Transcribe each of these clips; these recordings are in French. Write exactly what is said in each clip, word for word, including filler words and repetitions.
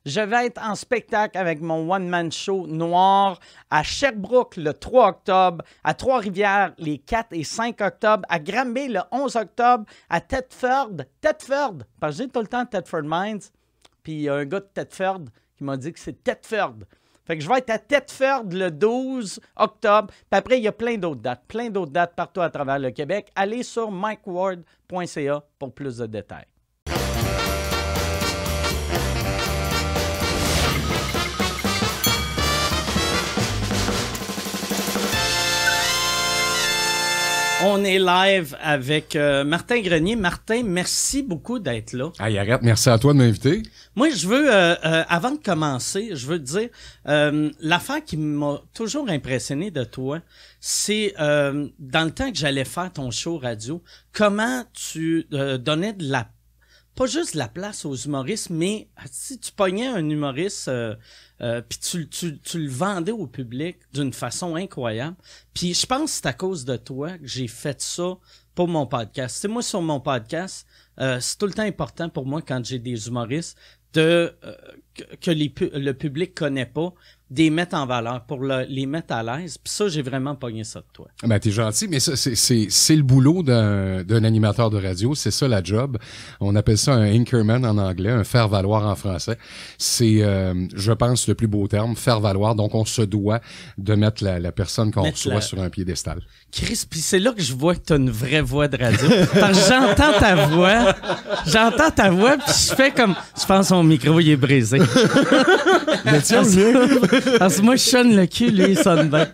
Je vais être en spectacle avec mon one-man show noir à Sherbrooke le trois octobre, à Trois-Rivières les quatre et cinq octobre, à Granby le onze octobre, à Thetford, Thetford, parce que j'ai tout le temps Thetford Mines, puis il y a un gars de Thetford qui m'a dit que c'est Thetford. Fait que je vais être à Thetford le douze octobre. Puis après, il y a plein d'autres dates. Plein d'autres dates partout à travers le Québec. Allez sur mike ward point c a pour plus de détails. On est live avec euh, Martin Grenier. Martin, merci beaucoup d'être là. Hey, arrête, merci à toi de m'inviter. Moi, je veux, euh, euh, avant de commencer, je veux te dire, euh, l'affaire qui m'a toujours impressionné de toi, c'est euh, dans le temps que j'allais faire ton show radio, comment tu euh, donnais de la, pas juste de la place aux humoristes, mais si tu pognais un humoriste, euh, euh, puis tu, tu, tu le vendais au public d'une façon incroyable. Puis je pense que c'est à cause de toi que j'ai fait ça pour mon podcast. C'est moi sur mon podcast, euh, c'est tout le temps important pour moi quand j'ai des humoristes de euh, que, que les, le public connaît pas, des mettre en valeur pour le, les mettre à l'aise. Puis ça, j'ai vraiment pogné ça de toi. Ben, t'es gentil, mais ça, c'est, c'est, c'est le boulot d'un, d'un animateur de radio. C'est ça, la job. On appelle ça un anchorman en anglais, un faire-valoir en français. C'est, euh, je pense, le plus beau terme, faire-valoir. Donc, on se doit de mettre la, la personne qu'on Mettre reçoit la... sur un piédestal. Chris, puis c'est là que je vois que t'as une vraie voix de radio. Parce que j'entends ta voix, j'entends ta voix, puis je fais comme, je pense que mon micro, il est brisé. Mais tiens, parce que moi, je sonne le cul, lui, il sonne bien.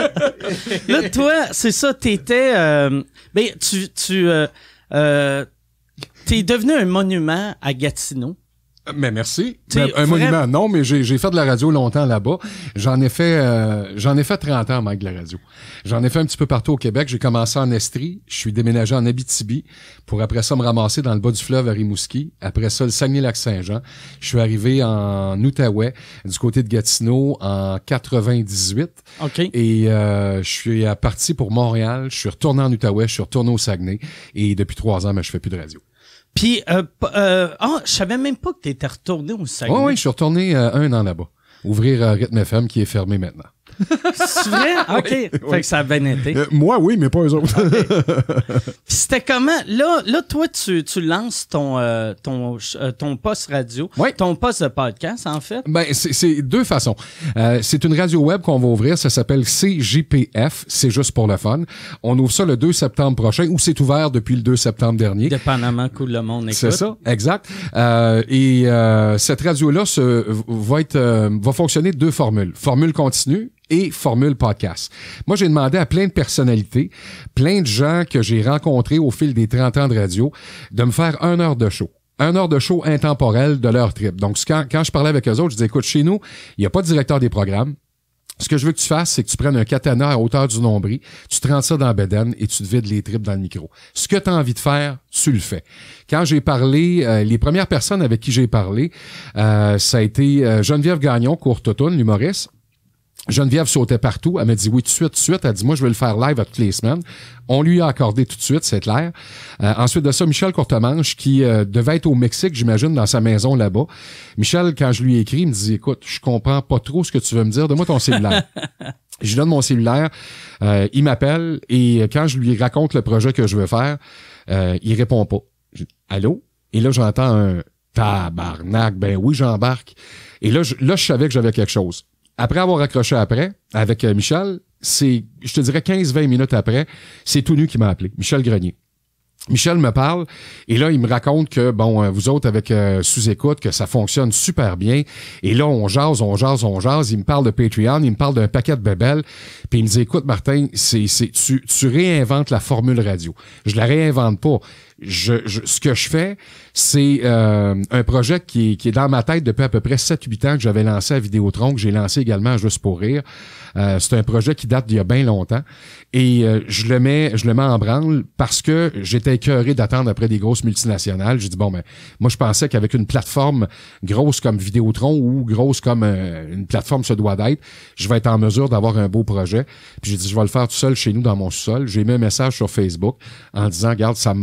Là, toi, c'est ça, t'étais... Euh, ben, tu... tu euh, euh, t'es devenu un monument à Gatineau. Mais merci. T'sais, un vrai... monument, non, mais j'ai, j'ai fait de la radio longtemps là-bas. J'en ai fait euh, j'en ai fait trente ans, Mike, de la radio. J'en ai fait un petit peu partout au Québec. J'ai commencé en Estrie. Je suis déménagé en Abitibi pour après ça me ramasser dans le bas du fleuve à Rimouski. Après ça, le Saguenay-Lac-Saint-Jean. Je suis arrivé en Outaouais, du côté de Gatineau, en quatre-vingt-dix-huit. OK. Et euh, je suis parti pour Montréal. Je suis retourné en Outaouais. Je suis retourné au Saguenay. Et depuis trois ans, ben, je fais plus de radio. Puis, euh, euh, oh, je savais même pas que tu étais retourné au Saguenay. Oui, oui, je suis retourné euh, un an là-bas. Ouvrir euh, Rythme F M qui est fermé maintenant. C'est vrai? OK. Oui, fait oui. que ça a bien été. Euh, moi, oui, mais pas eux autres. Okay. Puis c'était comment? Là, là toi, tu, tu lances ton, euh, ton, euh, ton poste radio, oui. ton poste de podcast, en fait. Ben, c'est, c'est deux façons. Euh, c'est une radio web qu'on va ouvrir. Ça s'appelle C J P F. C'est juste pour le fun. On ouvre ça le deux septembre prochain ou c'est ouvert depuis le deux septembre dernier. Dépendamment que le monde écoute. C'est ça, exact. Euh, et euh, cette radio-là se, va, être, euh, va fonctionner de deux formules. Formule continue et formule podcast. Moi, j'ai demandé à plein de personnalités, plein de gens que j'ai rencontrés au fil des trente ans de radio, de me faire une heure de show. Un heure de show intemporel de leur trip. Donc, quand, quand je parlais avec eux autres, je disais, écoute, chez nous, il n'y a pas de directeur des programmes. Ce que je veux que tu fasses, c'est que tu prennes un katana à hauteur du nombril, tu te rentres ça dans la bedaine et tu te vides les tripes dans le micro. Ce que tu as envie de faire, tu le fais. Quand j'ai parlé, euh, les premières personnes avec qui j'ai parlé, euh, ça a été euh, Geneviève Gagnon, Courtotoune, l'humoriste. Geneviève sautait partout. Elle m'a dit oui tout de suite, tout de suite. Elle a dit, moi, je vais le faire live à toutes les semaines. On lui a accordé tout de suite, c'est clair. Euh, ensuite de ça, Michel Courtemanche, qui euh, devait être au Mexique, j'imagine, dans sa maison là-bas. Michel, quand je lui ai écrit, il me dit, écoute, je comprends pas trop ce que tu veux me dire. Donne-moi ton cellulaire. Je lui donne mon cellulaire. Euh, il m'appelle et quand je lui raconte le projet que je veux faire, euh, il répond pas. Je dis, allô? Et là, j'entends un tabarnak. Ben oui, j'embarque. Et là, je, là, je savais que j'avais quelque chose. Après avoir accroché après, avec euh, Michel, c'est, je te dirais quinze vingt minutes après, c'est tout nu qui m'a appelé, Michel Grenier. Michel me parle et là, il me raconte que, bon, euh, vous autres avec euh, sous-écoute, que ça fonctionne super bien. Et là, on jase, on jase, on jase. Il me parle de Patreon, il me parle d'un paquet de bébelles. Puis il me dit, écoute, Martin, c'est, c'est, tu, tu réinventes la formule radio. Je la réinvente pas. Je, je, ce que je fais, c'est euh, un projet qui est, qui est dans ma tête depuis à peu près sept huit ans que j'avais lancé à Vidéotron, que j'ai lancé également à Juste pour rire. Euh, c'est un projet qui date d'il y a bien longtemps. Et euh, je le mets je le mets en branle parce que j'étais écœuré d'attendre après des grosses multinationales. J'ai dit, bon, ben moi, je pensais qu'avec une plateforme grosse comme Vidéotron ou grosse comme euh, une plateforme se doit d'être, je vais être en mesure d'avoir un beau projet. Puis j'ai dit, je vais le faire tout seul chez nous dans mon sous-sol. J'ai mis un message sur Facebook en disant, regarde, ça me manque la radio.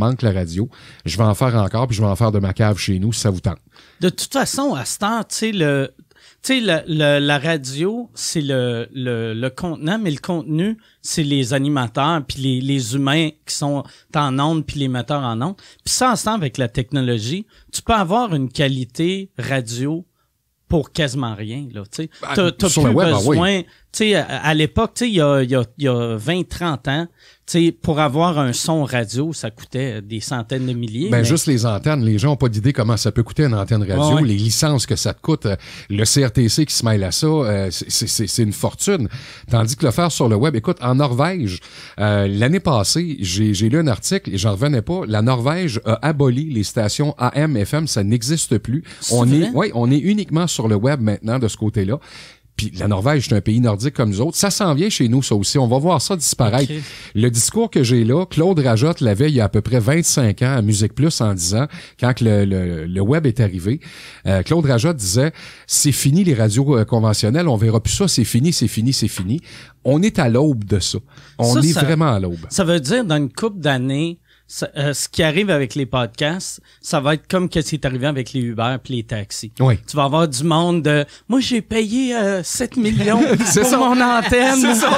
radio. Je vais en faire encore, puis je vais en faire de ma cave chez nous, si ça vous tente. De toute façon, à ce temps, tu sais, le... Tu sais, le, le, la radio, c'est le, le, le contenant, mais le contenu, c'est les animateurs puis les, les humains qui sont en ondes puis les metteurs en ondes. Puis ça, ensemble avec la technologie, tu peux avoir une qualité radio pour quasiment rien, là, tu sais. T'as, t'as plus web, besoin, ah oui. tu sais, à, à l'époque, tu sais, il y a, il y a, il y a vingt, trente ans, tu sais, pour avoir un son radio, ça coûtait des centaines de milliers. Ben, mais... juste les antennes. Les gens n'ont pas d'idée comment ça peut coûter une antenne radio, ouais. les licences que ça te coûte, le C R T C qui se mêle à ça, euh, c'est, c'est, c'est une fortune. Tandis que le faire sur le web, écoute, en Norvège, euh, l'année passée, j'ai, j'ai lu un article et j'en revenais pas, la Norvège a aboli les stations A M, F M, ça n'existe plus. C'est on vrai? est, ouais, on est uniquement sur le web maintenant de ce côté-là. Puis la Norvège, c'est un pays nordique comme nous autres. Ça s'en vient chez nous, ça aussi. On va voir ça disparaître. Okay. Le discours que j'ai là, Claude Rajotte l'avait il y a à peu près vingt-cinq ans à Musique Plus en disant, quand que le, le, le web est arrivé, euh, Claude Rajotte disait, c'est fini les radios euh, conventionnelles, on verra plus ça, c'est fini, c'est fini, c'est fini. On est à l'aube de ça. On ça, est ça, vraiment à l'aube. Ça veut dire, dans une couple d'années, Ça, euh, ce qui arrive avec les podcasts, ça va être comme que c'est arrivé avec les Uber puis les taxis. Oui. Tu vas avoir du monde de « Moi, j'ai payé euh, sept millions pour ça. mon antenne. » C'est ça.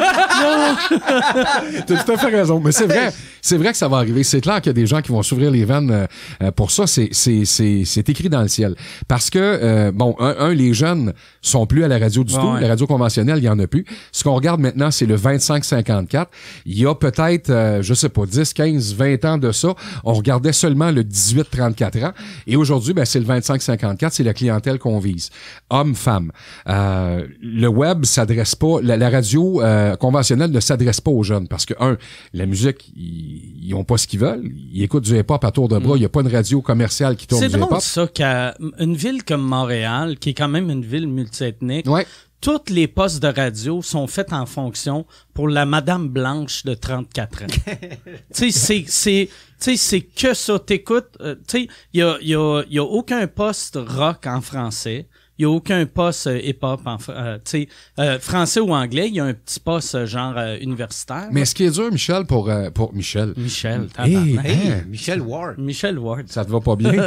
T'as tout à fait raison. Mais c'est vrai. C'est vrai que ça va arriver. C'est clair qu'il y a des gens qui vont s'ouvrir les veines euh, pour ça. C'est, c'est, c'est, c'est écrit dans le ciel. Parce que, euh, bon, un, un, les jeunes sont plus à la radio du ouais, tout. ouais. La radio conventionnelle, il y en a plus. Ce qu'on regarde maintenant, c'est le vingt-cinq cinquante-quatre. Il y a peut-être, euh, je sais pas, dix, quinze, vingt ans de ça, on regardait seulement le dix-huit trente-quatre ans. Et aujourd'hui, ben, c'est le vingt-cinq cinquante-quatre. C'est la clientèle qu'on vise. Hommes, femmes. Euh, le web s'adresse pas, la, la radio euh, conventionnelle ne s'adresse pas aux jeunes parce que, un, la musique, ils ils ont pas ce qu'ils veulent. Ils écoutent du hip-hop à tour de bras. Il mm. y a pas une radio commerciale qui tourne c'est du drôle, hip-hop. C'est ça qu'une ville comme Montréal, qui est quand même une ville multiethnique, ouais. toutes les postes de radio sont faits en fonction pour la Madame Blanche de trente-quatre ans. Tu sais, c'est, c'est, tu sais, c'est que ça. T'écoutes, euh, tu sais, il y a, y a, y a aucun poste rock en français. Il n'y a aucun poste euh, hip-hop en euh, tu sais, euh, français ou anglais. Il y a un petit poste euh, genre euh, universitaire. Mais là. Ce qui est dur, Michel, pour, euh, pour Michel. Michel, hey, hey, hein? Michel Ward. Michel Ward. Ça te va pas bien?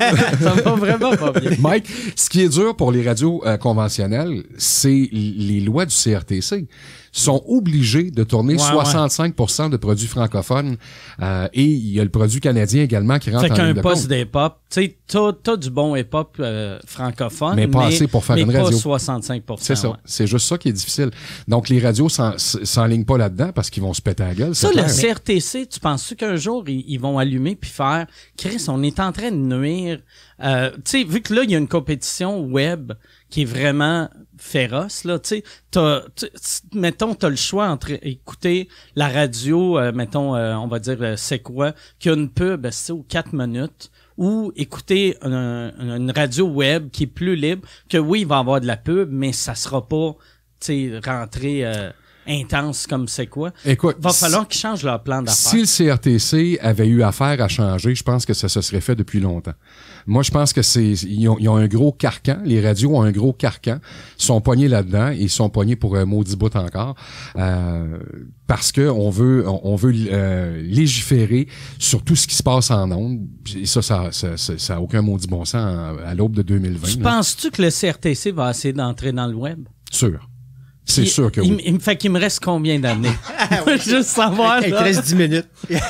Ça va vraiment pas bien. Mike, ce qui est dur pour les radios euh, conventionnelles, c'est les lois du C R T C. Sont obligés de tourner ouais, soixante-cinq pour cent ouais. de produits francophones euh, et il y a le produit canadien également qui rentre fait en ligne de compte. Fait qu'un poste d'hip-hop, tu sais, t'as, t'as du bon hip-hop euh, francophone, mais pas assez pour faire mais une pas radio. soixante-cinq pour cent. C'est ça. Ouais. C'est juste ça qui est difficile. Donc, les radios s'en, s'enlignent pas là-dedans parce qu'ils vont se péter la gueule. Ça, c'est le clair. C R T C, tu penses-tu qu'un jour, ils, ils vont allumer puis faire « Chris, on est en train de nuire... Euh, » Tu sais, vu que là, il y a une compétition web qui est vraiment féroce, là, tu sais, t'as, t'as, mettons, t'as le choix entre écouter la radio, euh, mettons, euh, on va dire, euh, c'est quoi, qui a une pub, c'est aux quatre minutes, ou écouter un, une radio web qui est plus libre, que oui, il va y avoir de la pub, mais ça sera pas, tu sais, rentré... Euh, intense comme c'est quoi. Écoute, va falloir qu'ils changent leur plan d'affaires. Si le C R T C avait eu affaire à changer, je pense que ça se serait fait depuis longtemps. Moi, je pense que c'est ils ont, ils ont un gros carcan. Les radios ont un gros carcan. Ils sont pognés là-dedans et ils sont pognés pour un maudit bout encore. Euh, parce que on veut on, on veut euh, légiférer sur tout ce qui se passe en ondes. Et ça, ça, ça, ça, ça a aucun maudit bon sens à, à l'aube de deux mille vingt. Tu là. Penses-tu que le C R T C va essayer d'entrer dans le web? Sûr. C'est il, sûr que il, oui. Il me fait qu'il me reste combien d'années? Juste savoir. Il te reste dix minutes.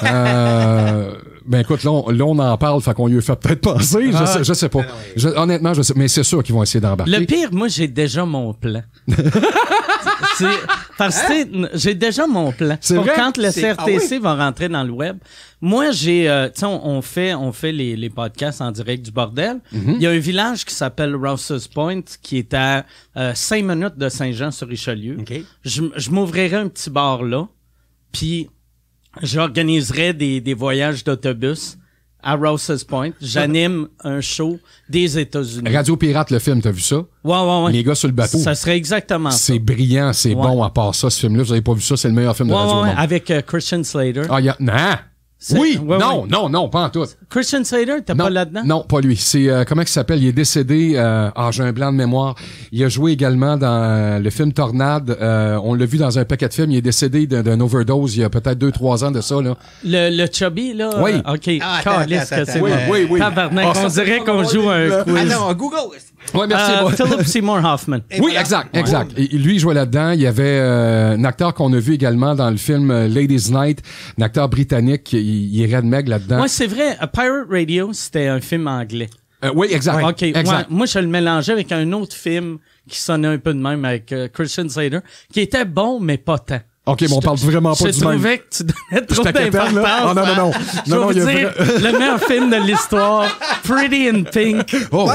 euh, ben écoute, là on, là, on en parle, fait qu'on lui a fait peut-être penser. Je, ah. sais, je sais pas. Je, honnêtement, je sais, mais c'est sûr qu'ils vont essayer d'embarquer. Le pire, moi, j'ai déjà mon plan. c'est, parce que hein? j'ai déjà mon plan. C'est pour vrai? Quand le c'est... C R T C ah oui? va rentrer dans le web, moi, j'ai, euh, tu sais, on, on fait, on fait les, les podcasts en direct du bordel. Mm-hmm. Il y a un village qui s'appelle Rouse's Point, qui est à euh, cinq minutes de Saint-Jean-sur-Richelieu. Okay. Je, je m'ouvrirais un petit bar là, puis j'organiserais des, des voyages d'autobus à Rouse's Point. J'anime un show des États-Unis. Radio Pirate, le film, t'as vu ça? Ouais, ouais, ouais. Les gars sur le bateau. Ça serait exactement ça. C'est brillant, c'est ouais. bon à part ça, ce film-là. Vous avez pas vu ça, c'est le meilleur film ouais, de radio ouais, au monde. avec euh, Christian Slater. Ah, il y a... Non! C'est- Oui, ouais, non, ouais. non, non, pas en tout. Christian Slater, t'es Non, pas là-dedans? non, pas lui. C'est euh, comment il s'appelle? Il est décédé. Euh, ah, j'ai un blanc de mémoire. Il a joué également dans euh, le film Tornade. Euh, on l'a vu dans un paquet de films. Il est décédé d'un, d'un overdose il y a peut-être deux, trois ans de ça là. Le, le chubby, là? Oui. euh, OK. Ah, attends, Calisse attends, que c'est attends. bon. Oui, oui, oui. Tabarnak, Ah, ça, on c'est dirait pas qu'on drôle, joue un là. quiz. Ah non, Google. Ouais, merci. Euh, bon. Philip Seymour Hoffman. Et Oui, voilà. exact, exact. Et lui il jouait là-dedans. Il y avait euh, un acteur qu'on a vu également dans le film euh, Ladies Night, un acteur britannique. Il, il est Red là-dedans. Moi, c'est vrai, A Pirate Radio, c'était un film anglais. Euh, oui, exact. OK, exact. ouais, moi, je le mélangeais avec un autre film qui sonnait un peu de même avec euh, Christian Slater, qui était bon, mais pas tant. OK, mais on parle vraiment pas Je du même. trouvais que tu donnais trop Je t'inquiète, d'importance. là. Oh, non, non, non. Je Non, non, vais il y vous a dire, vrai- le meilleur film de l'histoire, Pretty in Pink. Oh.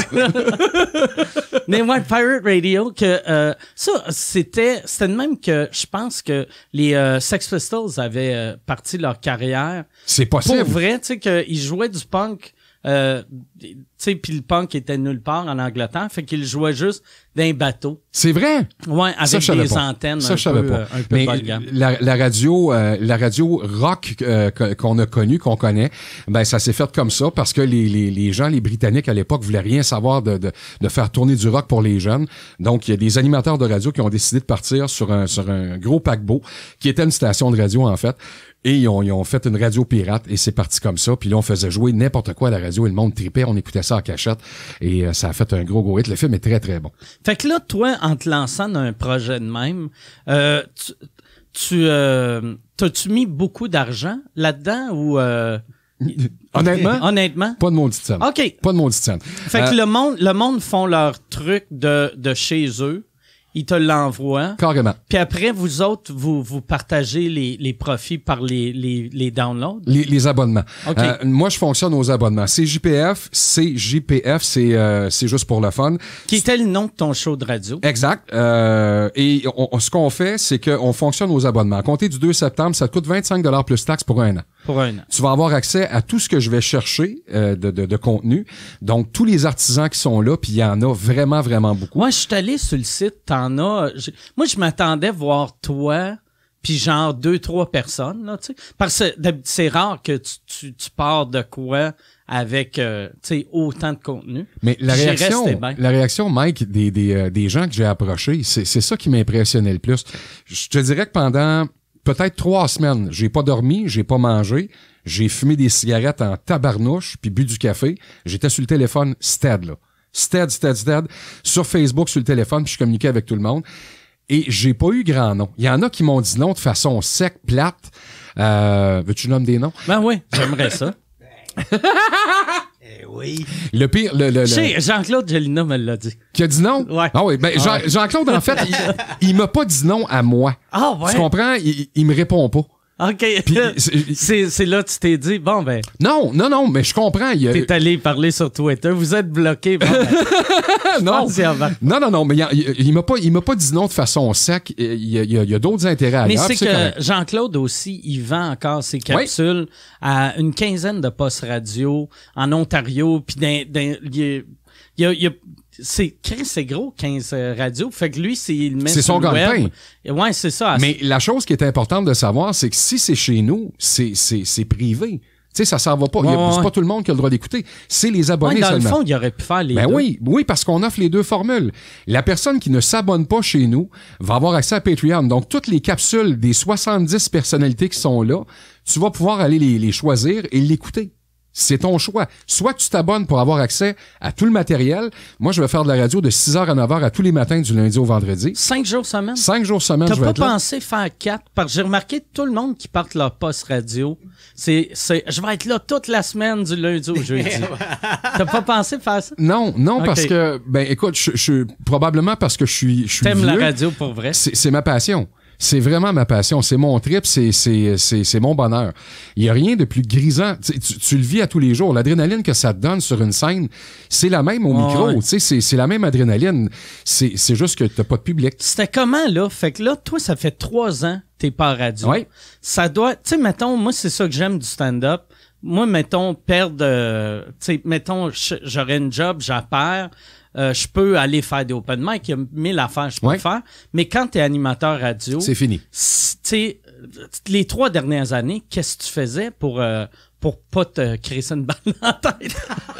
Mais ouais, Pirate Radio, que euh, ça, c'était c'était de même que je pense que les euh, Sex Pistols avaient euh, parti leur carrière. C'est possible. Pour vrai, tu sais, qu'ils jouaient du punk, euh, tu sais, puis le punk était nulle part en Angleterre, fait qu'ils jouaient juste d'un bateau. C'est vrai. Ouais, avec Ça, je savais des pas. antennes Ça, un, je savais peu, pas. euh, un peu Mais bas de gamme. la, la radio, euh, la radio rock euh, que- qu'on a connue, qu'on connaît, ben ça s'est fait comme ça parce que les, les, les gens, les Britanniques à l'époque voulaient rien savoir de, de, de faire tourner du rock pour les jeunes. Donc il y a des animateurs de radio qui ont décidé de partir sur un sur un gros paquebot qui était une station de radio en fait. Et ils ont, ils ont fait une radio pirate et c'est parti comme ça. Puis là, on faisait jouer n'importe quoi à la radio et le monde tripait. On écoutait ça en cachette et euh, ça a fait un gros gros hit. Le film est très, très bon. Fait que là, toi, en te lançant dans un projet de même, euh, tu, tu euh, t'as-tu mis beaucoup d'argent là-dedans ou euh, Honnêtement, honnêtement? pas de maudite scène. OK. Pas de maudite scène. Fait Euh, que le monde, le monde font leur truc de, de chez eux. Ils te l'envoient. Carrément. Puis après, vous autres, vous, vous partagez les, les profits par les, les, les downloads. Les, les abonnements. OK. Euh, moi, je fonctionne aux abonnements. C J P F, C J P F, c'est euh, c'est juste pour le fun. Qui était le nom de ton show de radio? Exact. Euh, et on, on- ce qu'on fait, c'est qu'on fonctionne aux abonnements. À compter du deux septembre, ça te coûte vingt-cinq dollars plus taxes pour un an. Pour un an. Tu vas avoir accès à tout ce que je vais chercher euh, de, de, de contenu. Donc, tous les artisans qui sont là, puis il y en a vraiment, vraiment beaucoup. Moi, je suis allé sur le site, t'en as. j'ai- Moi, je m'attendais voir toi, puis genre deux, trois personnes, là, tu sais. Parce que d'hab- c'est rare que tu, tu, tu pars de quoi avec, euh, tu sais, autant de contenu. Mais la J'y réaction, restais bien. la réaction, Mike, des, des, euh, des gens que j'ai approchés, c'est, c'est ça qui m'impressionnait le plus. Je te dirais que pendant peut-être trois semaines, j'ai pas dormi, j'ai pas mangé, j'ai fumé des cigarettes en tabarnouche, puis bu du café. J'étais sur le téléphone stead, là. Stead, stead, stead. Sur Facebook, sur le téléphone, puis je communiquais avec tout le monde. Et j'ai pas eu grand nom. Il y en a qui m'ont dit non de façon sec, plate. Euh, veux-tu que je nomme des noms? Ben oui, j'aimerais ça. Eh oui. Le pire, le, le, le- Je sais, Jean-Claude Gélina me l'a dit. qui a dit non? Ouais. Ah oui, ben Jean, Ouais. Jean-Claude, en fait, il, il m'a pas dit non à moi. Ah ouais? Tu comprends? Il, il me répond pas. OK. Puis, c'est- c'est, c'est là que tu t'es dit, bon, ben, non, non, non, mais je comprends. Il, y a- t'es allé parler sur Twitter, vous êtes bloqué. Bon, ben, non. pense-y avant. non, non, non, mais il, il, il m'a pas, il m'a pas dit non de façon sec. Il y a, il y a, il y a d'autres intérêts Mais ailleurs. c'est puis que correct. Jean-Claude aussi, il vend encore ses capsules à une quinzaine de postes radio en Ontario, puis dans, dans, il y a, il y a, il y a- c'est, Chris, c'est gros, quinze euh, radios. Fait que lui, c'est, il le met C'est sur son le web. gagne-pain. Et ouais, c'est ça. Mais la chose qui est importante de savoir, c'est que si c'est chez nous, c'est, c'est, c'est privé. Tu sais, ça s'en va pas. Il y a- Ouais, c'est ouais. pas tout le monde qui a le droit d'écouter. C'est les Ouais, abonnés dans le seulement. fond, il aurait pu faire les Ben deux. oui, oui, parce qu'on offre les deux formules. La personne qui ne s'abonne pas chez nous va avoir accès à Patreon. Donc, toutes les capsules des soixante-dix personnalités qui sont là, tu vas pouvoir aller les, les choisir et l'écouter. C'est ton choix. Soit tu t'abonnes pour avoir accès à tout le matériel. Moi, je vais faire de la radio de six heures à neuf heures à tous les matins du lundi au vendredi. Cinq jours semaine. Cinq jours semaine, T'as je vais pas être là. pensé faire quatre? Parce que j'ai remarqué tout le monde qui parte leur poste radio, c'est, c'est, je vais être là toute la semaine du lundi au jeudi. T'as pas pensé faire ça? Non, non, Ok. parce que, ben, écoute, je, je, probablement parce que je suis, je suis T'aimes la vieux. radio pour vrai? C'est c'est ma passion. C'est vraiment ma passion. C'est mon trip, c'est c'est c'est c'est mon bonheur. Il y a rien de plus grisant. Tu, sais, tu, tu le vis à tous les jours. L'adrénaline que ça te donne sur une scène, c'est la même au Ouais, micro. ouais. Tu sais, c'est c'est la même adrénaline. C'est c'est juste que t'as pas de public. C'était comment, là? Fait que là, toi, ça fait trois ans que t'es pas à radio. Ouais. Ça doit... Tu sais, mettons, moi, c'est ça que j'aime du stand-up. Moi, mettons, perdre... euh, tu sais, mettons, j- j'aurais une job, j'en perds. Euh, je peux aller faire des open mic. Il y a mille affaires que je peux Ouais. faire. Mais quand t'es animateur radio... C'est fini. c- tu sais, les trois dernières années, qu'est-ce que tu faisais pour euh, pour pas te crisser une balle dans la tête?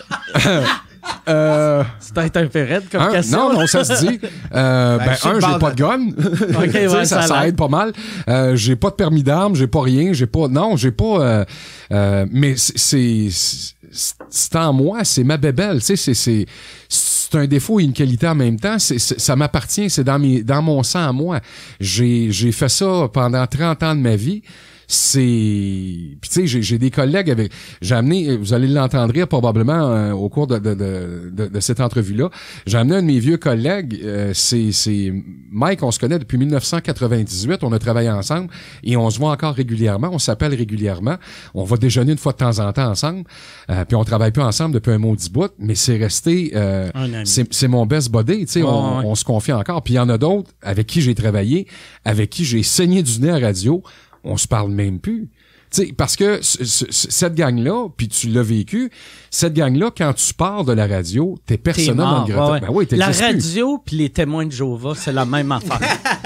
Euh, C'est peut-être un peu raide comme un, question. non, non, ça se dit. Euh, ben, Ben, un, j'ai pas de gun. Ok, ouais, ça, ça ça l'aide. aide pas mal. Euh, j'ai pas de permis d'armes, j'ai pas rien, j'ai pas. Non, j'ai pas. Euh, euh, mais c'est, c'est, c'est en moi, c'est ma bébelle. Tu sais, c'est, c'est, c'est un défaut et une qualité en même temps. C'est, c'est, ça m'appartient, c'est dans mes, dans mon sang à moi. J'ai, j'ai fait ça pendant trente ans de ma vie. C'est, puis tu sais, j'ai, j'ai des collègues avec, j'ai amené, vous allez l'entendre rire probablement euh, au cours de, de, de, de, de cette entrevue-là. J'ai amené un de mes vieux collègues, euh, c'est, c'est Mike, on se connaît depuis dix-neuf cent quatre-vingt-dix-huit, on a travaillé ensemble et on se voit encore régulièrement, on s'appelle régulièrement, on va déjeuner une fois de temps en temps ensemble, euh, puis on travaille plus ensemble depuis un maudit bout, mais c'est resté, euh, Un ami. c'est, c'est mon best buddy, tu sais, Ouais, on, ouais. on se confie encore. Puis il y en a d'autres avec qui j'ai travaillé, avec qui j'ai saigné du nez à radio. On se parle même plus. Tu sais, parce que c- c- cette gang-là, puis tu l'as vécu, cette gang-là, quand tu pars de la radio, t'es T'es persona non mort, grata. ouais. Ben oui, La t'existes plus. radio puis les témoins de Jéhovah, c'est la même affaire.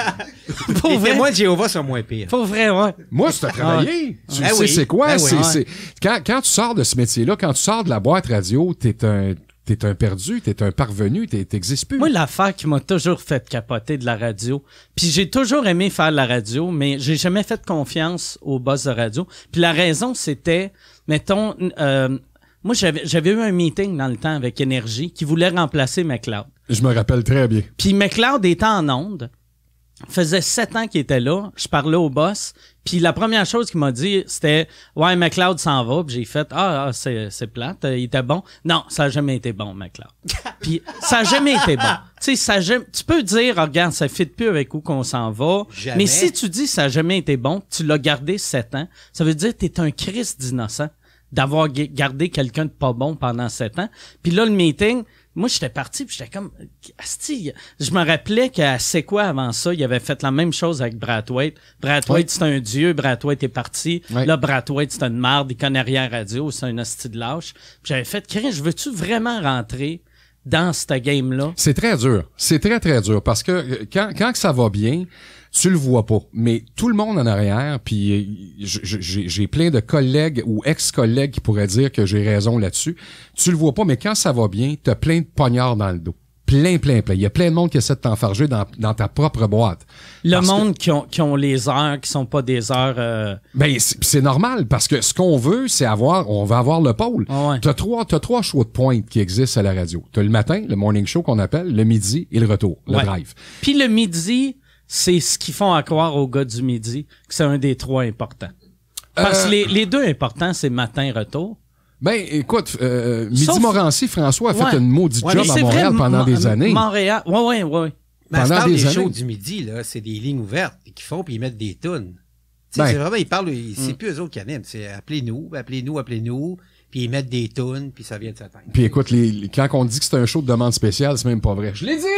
Pour Les vrai, témoins de Jéhovah sont moins pires. pour vrai, ouais. Moi, c'est à travailler. Tu Ah sais oui. c'est quoi? Ah oui. c'est, Ouais. c'est... Quand, quand tu sors de ce métier-là, quand tu sors de la boîte radio, t'es un, t'es un perdu, t'es un parvenu, t'es, t'existes plus. Moi, l'affaire qui m'a toujours fait capoter de la radio, puis j'ai toujours aimé faire de la radio, mais j'ai jamais fait confiance au boss de radio. Puis la raison, c'était, mettons, euh, moi, j'avais, j'avais eu un meeting dans le temps avec Énergie qui voulait remplacer McLeod. Je me rappelle très bien. Puis McLeod était en onde. Faisait sept ans qu'il était là. Je parlais au boss. Puis la première chose qu'il m'a dit, c'était « Ouais, McLeod s'en va. » Puis j'ai fait « Ah, ah c'est, c'est plate. Il était bon. » Non, ça a jamais été bon, McLeod. Puis ça a jamais été bon. Tu sais, ça a jamais... Tu peux dire oh, « Regarde, ça fit plus avec où qu'on s'en va. » Jamais. Mais si tu dis « Ça a jamais été bon. » Tu l'as gardé sept ans. Ça veut dire que t'es un Christ d'innocent d'avoir ga- gardé quelqu'un de pas bon pendant sept ans. Puis là, le meeting... Moi, j'étais parti, puis j'étais comme... Asti, je me rappelais qu'à C'est quoi avant ça, il avait fait la même chose avec Brathwaite. Brathwaite, Oui. c'est un dieu. Brathwaite est parti. Oui. Là, Brathwaite, c'est une marde. Il connaît rien à la radio. C'est un hostie de lâche. Puis j'avais fait, Chris, je veux-tu vraiment rentrer dans cette game-là? C'est très dur. C'est très, très dur parce que euh, quand, quand que ça va bien, tu le vois pas. Mais tout le monde en arrière, puis euh, j- j- j'ai, j'ai plein de collègues ou ex-collègues qui pourraient dire que j'ai raison là-dessus. Tu le vois pas, mais quand ça va bien, t'as plein de poignards dans le dos. Plein, plein, plein. Il y a plein de monde qui essaie de t'enfarger dans, dans ta propre boîte. Le Parce que- monde qui, ont, qui ont les heures, qui sont pas des heures... euh, Ben, c'est, c'est normal, parce que ce qu'on veut, c'est avoir, on va avoir le pôle. Ah ouais. T'as trois, t'as trois choix de pointe qui existent à la radio. T'as le matin, le morning show qu'on appelle, le midi et le retour, le Ouais. drive. Puis le midi, c'est ce qu'ils font à croire aux gars du midi, que c'est un des trois importants. Parce Euh, que les, les deux importants, c'est matin-retour. Ben, écoute, euh, Midi Sauf- Morancy, François a Ouais. fait une maudite Ouais, job mais à c'est Montréal vrai, pendant Mo- des années. Montréal, ouais, ouais, ouais. Mais à ce Pendant temps, des les années. shows du midi, là, c'est des lignes ouvertes qu'ils font, puis ils mettent des tunes. Tu sais, Ben. c'est vraiment, ils parlent, ils- c'est plus eux autres qui animent. C'est appelez-nous, appelez-nous, appelez-nous, puis ils mettent des tunes, puis ça vient de sa tête. Puis écoute, les, les- quand on dit que c'est un show de demande spéciale, c'est même pas vrai. Je l'ai dit!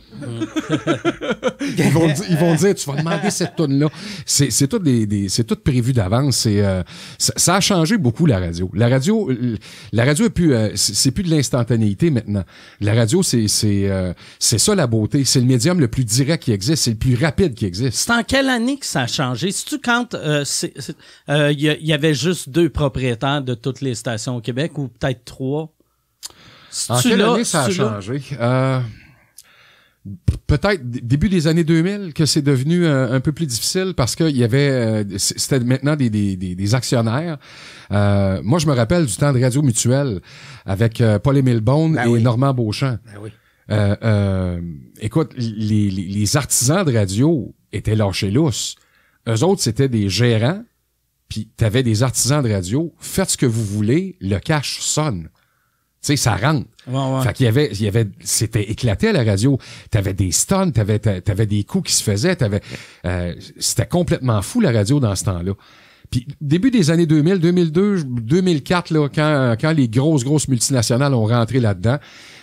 ils, vont, di- ils vont dire, tu vas demander cette toune-là. C'est, c'est tout des, des- c'est tout prévu d'avance. C'est, euh, ça, ça a changé beaucoup la radio. La radio, euh, la radio est plus, euh, c'est, c'est plus de l'instantanéité maintenant. La radio, c'est, c'est, euh, c'est ça la beauté. C'est le médium le plus direct qui existe. C'est le plus rapide qui existe. C'est en quelle année que ça a changé? C'est-tu quand euh, c'est- c'est- euh, il y, a- il y avait juste deux propriétaires de toutes les stations au Québec ou peut-être trois? En C'est-tu quelle là? année ça a C'est-tu là? changé? Euh, p- peut-être d- début des années deux mille que c'est devenu euh, un peu plus difficile parce qu'il y avait euh, c- c'était maintenant des, des, des, des actionnaires. Euh, moi, je me rappelle du temps de Radio Mutuelle avec euh, Paul-Émile Beaune Ben et oui. Normand Beauchamp. Ben oui. Euh, euh, écoute, les, les, les artisans de radio étaient lâchés lousses. Eux autres, c'était des gérants, puis t'avais des artisans de radio. Faites ce que vous voulez, le cash sonne. Tu sais, ça rentre. Ouais, ouais. Fait qu'il y avait, il y avait, c'était éclaté à la radio. T'avais des stuns, t'avais, t'avais des coups qui se faisaient, t'avais, euh, c'était complètement fou la radio dans ce temps-là. Puis début des années deux mille, deux mille deux, deux mille quatre, là, quand, quand les grosses, grosses multinationales ont rentré là-dedans,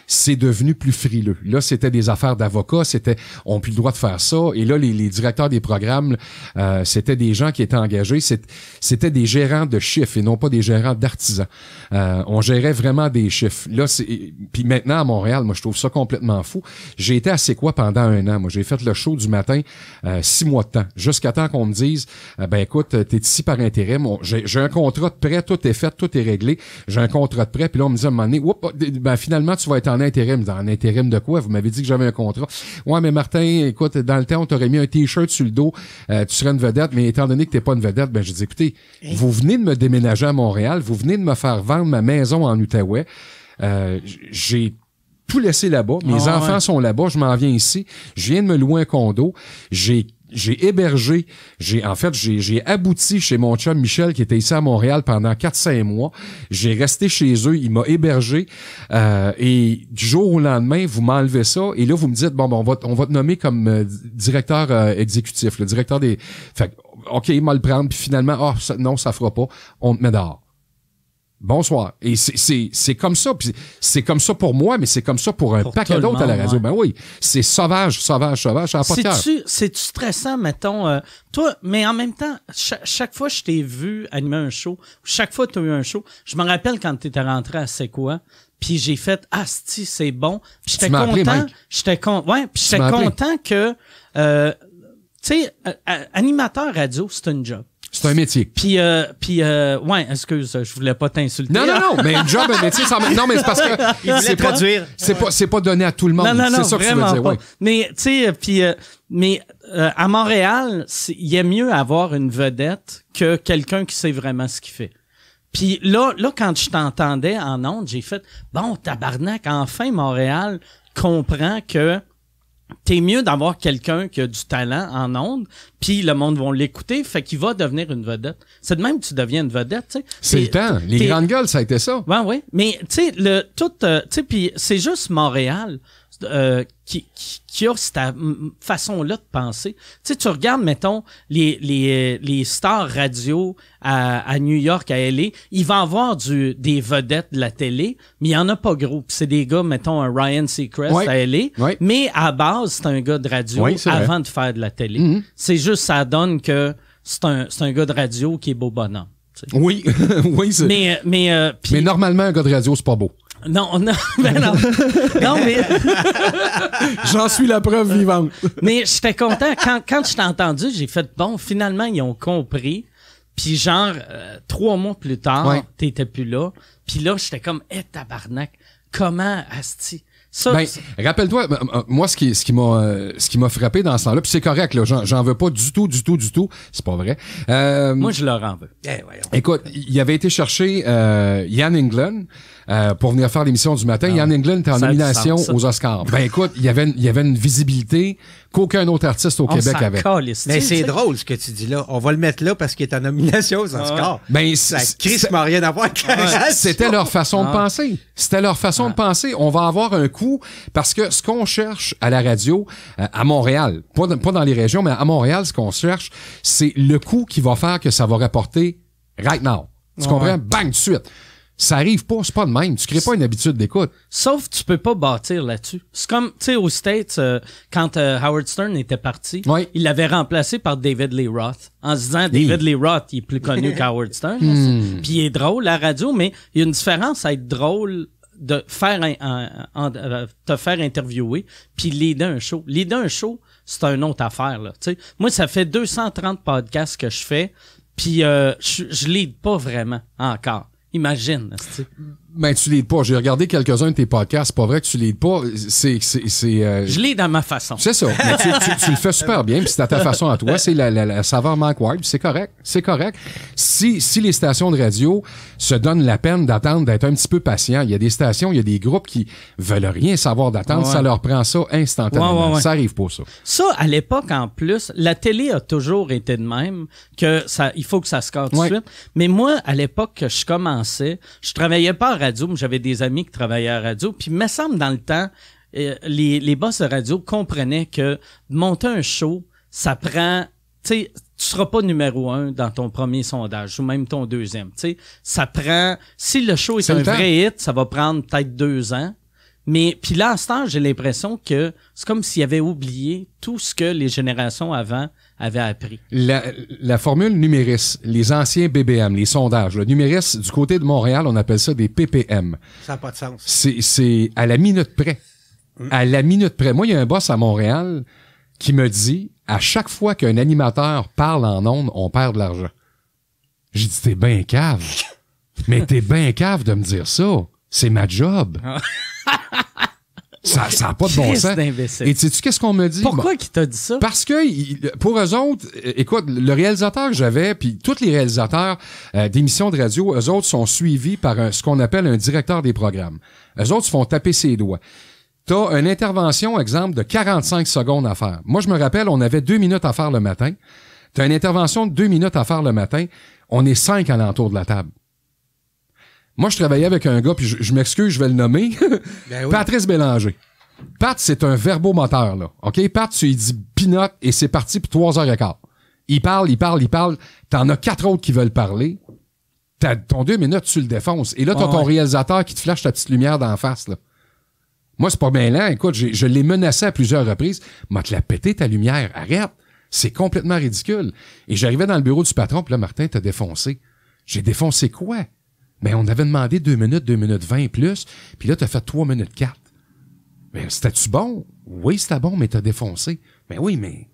c'est devenu plus frileux. Là, c'était des affaires d'avocats, c'était on n'a plus le droit de faire ça. Et là, les, les directeurs des programmes, euh, c'était des gens qui étaient engagés, c'est, c'était des gérants de chiffres et non pas des gérants d'artisans. Euh, on gérait vraiment des chiffres. Là, c'est puis maintenant à Montréal, moi je trouve ça complètement fou. J'ai été à C'est quoi pendant un an. Moi, j'ai fait le show du matin euh, six mois de temps, jusqu'à temps qu'on me dise, euh, ben écoute, t'es ici par intérim. On, j'ai, j'ai un contrat de prêt, tout est fait, tout est réglé. J'ai un contrat de prêt, puis là on me dit à un moment donné, oups, ben finalement tu vas être en intérim. En intérim de quoi? Vous m'avez dit que j'avais un contrat. Ouais, mais Martin, écoute, dans le temps, on t'aurait mis un t-shirt sur le dos, euh, tu serais une vedette, mais étant donné que t'es pas une vedette, ben j'ai dit, écoutez, hey. Vous venez de me déménager à Montréal, vous venez de me faire vendre ma maison en Outaouais. Euh, j'ai tout laissé là-bas. Mes oh, enfants ouais. sont là-bas. Je m'en viens ici. Je viens de me louer un condo. J'ai J'ai hébergé, j'ai en fait, j'ai, j'ai abouti chez mon chum Michel qui était ici à Montréal pendant quatre cinq mois. J'ai resté chez eux, il m'a hébergé euh, et du jour au lendemain, vous m'enlevez ça et là, vous me dites, bon, bon on, va, on va te nommer comme euh, directeur euh, exécutif, le directeur des... Fait OK, il m'a le prendre, puis finalement, oh, ça, non, ça fera pas, on te met dehors. Bonsoir. Et c'est, c'est, c'est comme ça. Puis c'est comme ça pour moi, mais c'est comme ça pour un pour paquet d'autres monde, à la radio. Ouais. Ben oui. C'est sauvage, sauvage, sauvage. Ça n'a pas de cœur. C'est-tu, c'est-tu stressant, mettons, euh, toi, mais en même temps, chaque, chaque fois que je t'ai vu animer un show, chaque fois que tu as eu un show, je me rappelle quand tu étais rentré à C'est quoi, puis j'ai fait « Asti, c'est bon ». Puis j'étais content. Appelé, j'étais con, ouais, puis j'étais content que, euh, tu sais, euh, animateur radio, c'est un job. C'est un métier. Puis, euh, puis euh, ouais, excuse, je voulais pas t'insulter. Non, non, non, mais un job, un métier, ça... non, mais c'est parce que c'est pas, c'est pas, c'est pas donné à tout le monde. Non, non, non, c'est ça que vraiment tu veux dire, pas. ouais. Mais, tu sais, puis, euh, mais euh, à Montréal, il est mieux avoir une vedette que quelqu'un qui sait vraiment ce qu'il fait. Puis là, là, quand je t'entendais en ondes, j'ai fait, bon, tabarnak, enfin, Montréal comprend que t'es mieux d'avoir quelqu'un qui a du talent en ondes, puis le monde va l'écouter, fait qu'il va devenir une vedette. C'est de même que tu deviens une vedette, tu sais. C'est le temps. Les grandes gueules, ça a été ça. Ouais, ouais. Mais, tu sais, le, tout, euh, tu sais, puis c'est juste Montréal, euh, qui, qui, qui a cette façon-là de penser. Tu sais, tu regardes, mettons, les, les, les stars radio à, à New York, à L A, il va avoir du, des vedettes de la télé, mais il y en a pas gros. Puis c'est des gars, mettons, un Ryan Seacrest ouais. à L A, ouais. mais à base, c'est un gars de radio oui, avant vrai. de faire de la télé. Mm-hmm. C'est juste, ça donne que c'est un, c'est un gars de radio qui est beau bonhomme. T'sais. Oui, oui, c'est... Mais, mais, euh, pis... mais normalement, un gars de radio, c'est pas beau. Non, non, ben non. Non, mais. J'en suis la preuve vivante. Mais j'étais content. Quand, quand je t'ai entendu, j'ai fait, bon, finalement, ils ont compris. Puis genre, euh, trois mois plus tard, ouais. t'étais plus là. Puis là, j'étais comme, hé, hey, tabarnak, comment, asti? Ça, ben, rappelle-toi, moi, ce qui, ce qui m'a, euh, ce qui m'a frappé dans ce temps-là, puis c'est correct, là, j'en, j'en veux pas du tout, du tout, du tout, c'est pas vrai. Euh, moi, je leur en veux. Eh, écoute, il avait été chercher euh, Ian Englund euh, pour venir faire l'émission du matin. Ah, Ian Englund était en nomination sens, aux Oscars. Ben écoute, il y avait, il y avait une visibilité qu'aucun autre artiste au on Québec avait. Calisse, mais c'est drôle ce que tu dis là. On va le mettre là parce qu'il est en nomination aux Oscars. Ah, ben, ça Chris m'a rien à voir avec la radio. C'était leur façon ah. de penser. C'était leur façon ah. de penser. On va avoir un coup parce que ce qu'on cherche à la radio, à Montréal, pas, de, pas dans les régions, mais à Montréal, ce qu'on cherche, c'est le coup qui va faire que ça va rapporter right now. Tu ouais. comprends? Bang, tout de suite. Ça arrive pas, c'est pas de même. Tu crées pas une habitude d'écoute. Sauf que tu peux pas bâtir là-dessus. C'est comme, tu sais, aux States, euh, quand euh, Howard Stern était parti, oui. il l'avait remplacé par David Lee Roth. En se disant, David oui. Lee Roth, il est plus connu qu'Howard Stern. Hmm. Puis il est drôle à la radio, mais il y a une différence à être drôle de faire un, un, un, un, te faire interviewer puis leader un show. Leader un show, c'est une autre affaire, là. Tu sais, moi, ça fait deux cent trente podcasts que je fais, puis euh, je, je lead pas vraiment encore. Imagine, tu sais. Ben, tu leads pas. J'ai regardé quelques-uns de tes podcasts. C'est pas vrai que tu leads pas. C'est, c'est, c'est, euh... Je lead à ma façon. C'est ça. Mais tu, tu, tu le fais super bien. Puis c'est à ta façon à toi. C'est la, la, la saveur Mike Ward. C'est correct. C'est correct. Si, si les stations de radio se donnent la peine d'attendre, d'être un petit peu patient, il y a des stations, il y a des groupes qui veulent rien savoir d'attendre. Ouais. Ça leur prend ça instantanément. Ouais, ouais, ouais. Ça arrive pas, ça. Ça, à l'époque, en plus, la télé a toujours été de même que ça, il faut que ça se casse tout de ouais. suite. Mais moi, à l'époque que je commençais, je travaillais pas à radio, mais j'avais des amis qui travaillaient à la radio. Puis, il me semble, dans le temps, euh, les, les boss de radio comprenaient que monter un show, ça prend... Tu sais, tu seras pas numéro un dans ton premier sondage ou même ton deuxième. Tu sais, ça prend... Si le show est, est un vrai hit, ça va prendre peut-être deux ans. Mais puis là, à ce temps, j'ai l'impression que c'est comme s'il avait oublié tout ce que les générations avant avaient appris. La, la formule Numéris, les anciens B B M, les sondages. Le Numéris, du côté de Montréal, on appelle ça des P P M. Ça n'a pas de sens. C'est, c'est à la minute près. Mmh. À la minute près. Moi, il y a un boss à Montréal qui me dit, à chaque fois qu'un animateur parle en ondes, on perd de l'argent. J'ai dit, t'es ben cave. Mais t'es ben cave de me dire ça. C'est ma job. Ça n'a pas de bon sens. Et sais-tu qu'est-ce qu'on me dit? Pourquoi bon, qu'il t'a dit ça? Parce que, il, pour eux autres, écoute, le réalisateur que j'avais, puis tous les réalisateurs euh, d'émissions de radio, eux autres sont suivis par un, ce qu'on appelle un directeur des programmes. Eux autres se font taper ses doigts. T'as une intervention, exemple, de quarante-cinq secondes à faire. Moi, je me rappelle, on avait deux minutes à faire le matin. T'as une intervention de deux minutes à faire le matin. On est cinq alentour de la table. Moi, je travaillais avec un gars, puis je, je m'excuse, je vais le nommer. Ben oui. Patrice Bélanger. Pat, c'est un verbomoteur, là. OK? Pat, tu lui dis pinote et c'est parti pour trois heures et quart. Il parle, il parle, il parle. T'en as quatre autres qui veulent parler. T'as ton deux minutes, tu le défonces. Et là, t'as oh, ton ouais. réalisateur qui te flash ta petite lumière d'en face, là. Moi, c'est pas bien lent. Écoute, j'ai, je l'ai menacé à plusieurs reprises. M'a te la pété ta lumière. Arrête. C'est complètement ridicule. Et j'arrivais dans le bureau du patron, puis là, Martin, t'as défoncé. J'ai défoncé quoi? Mais on avait demandé deux minutes, deux minutes vingt plus, puis là, t'as fait trois minutes quatre. Mais c'était-tu bon? Oui, c'était bon, mais t'as défoncé. Mais oui, mais...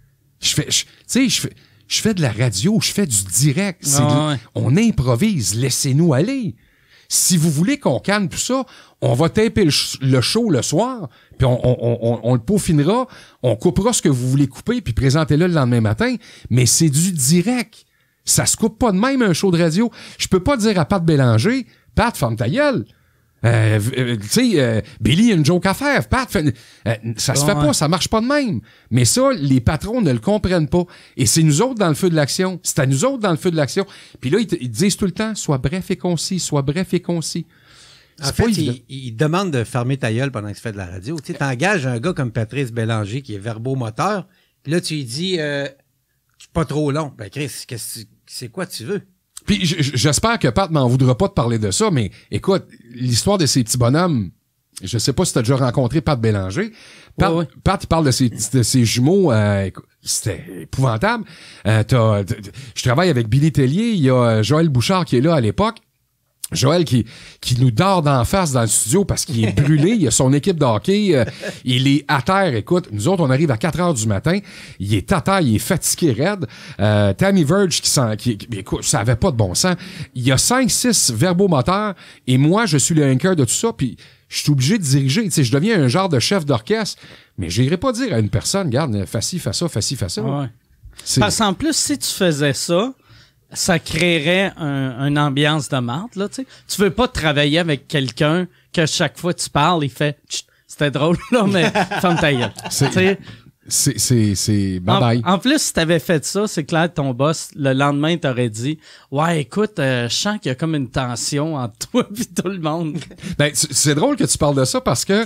Je fais... Tu sais, je fais... Je fais de la radio, je fais du direct. C'est ah, ouais. On improvise, laissez-nous aller. Si vous voulez qu'on calme tout ça, on va taper le, ch- le show le soir, puis on, on, on, on le peaufinera, on coupera ce que vous voulez couper, puis présentez-le le lendemain matin. Mais c'est du direct. Ça se coupe pas de même un show de radio. Je peux pas dire à Pat Bélanger, Pat, ferme ta gueule. Euh, euh, tu sais, euh, Billy a une joke à faire. Pat, fait, euh, ça se ouais. fait pas, ça marche pas de même. Mais ça, les patrons ne le comprennent pas. Et c'est nous autres dans le feu de l'action. C'est à nous autres dans le feu de l'action. Puis là, ils, te, ils disent tout le temps, sois bref et concis, sois bref et concis. En c'est fait, ils il demandent de fermer ta gueule pendant que tu fais de la radio. Tu sais, t'engages un gars comme Patrice Bélanger qui est verbomoteur. Puis là, tu lui dis, euh, pas trop long. Ben, Chris, qu'est-ce, c'est quoi tu veux? Puis j'espère que Pat m'en voudra pas de parler de ça, mais écoute, l'histoire de ces petits bonhommes, je sais pas si t'as déjà rencontré Pat Bélanger. Pat, ouais, ouais. Pat il parle de ses, de ses jumeaux, euh, c'était épouvantable. Euh, t'as, t'as, je travaille avec Billy Tellier, il y a Joël Bouchard qui est là à l'époque. Joël qui qui nous dort d'en face dans le studio parce qu'il est brûlé, il a son équipe de hockey, euh, il est à terre. Écoute, nous autres, on arrive à quatre heures du matin, il est à terre, il est fatigué raide. Euh, Tammy Verge qui sent, qui, qui, écoute, ça avait pas de bon sens. Il y a cinq, six verbomoteurs et moi, je suis le anchor de tout ça, puis je suis obligé de diriger. Tu sais, je deviens un genre de chef d'orchestre, mais j'irai pas dire à une personne, regarde, fais ci, fais ça, fais ci, fais ça. Ouais. Parce qu'en plus, si tu faisais ça, ça créerait un, une ambiance de marde, là, tu sais. Tu veux pas travailler avec quelqu'un que chaque fois tu parles, il fait « C'était drôle, là, mais ferme ta gueule. » C'est, c'est, c'est, c'est bye-bye. En, en plus, si t'avais fait ça, c'est clair que ton boss, le lendemain, t'aurait dit « Ouais, écoute, euh, je sens qu'il y a comme une tension entre toi et tout le monde. » Ben, c'est drôle que tu parles de ça parce que euh,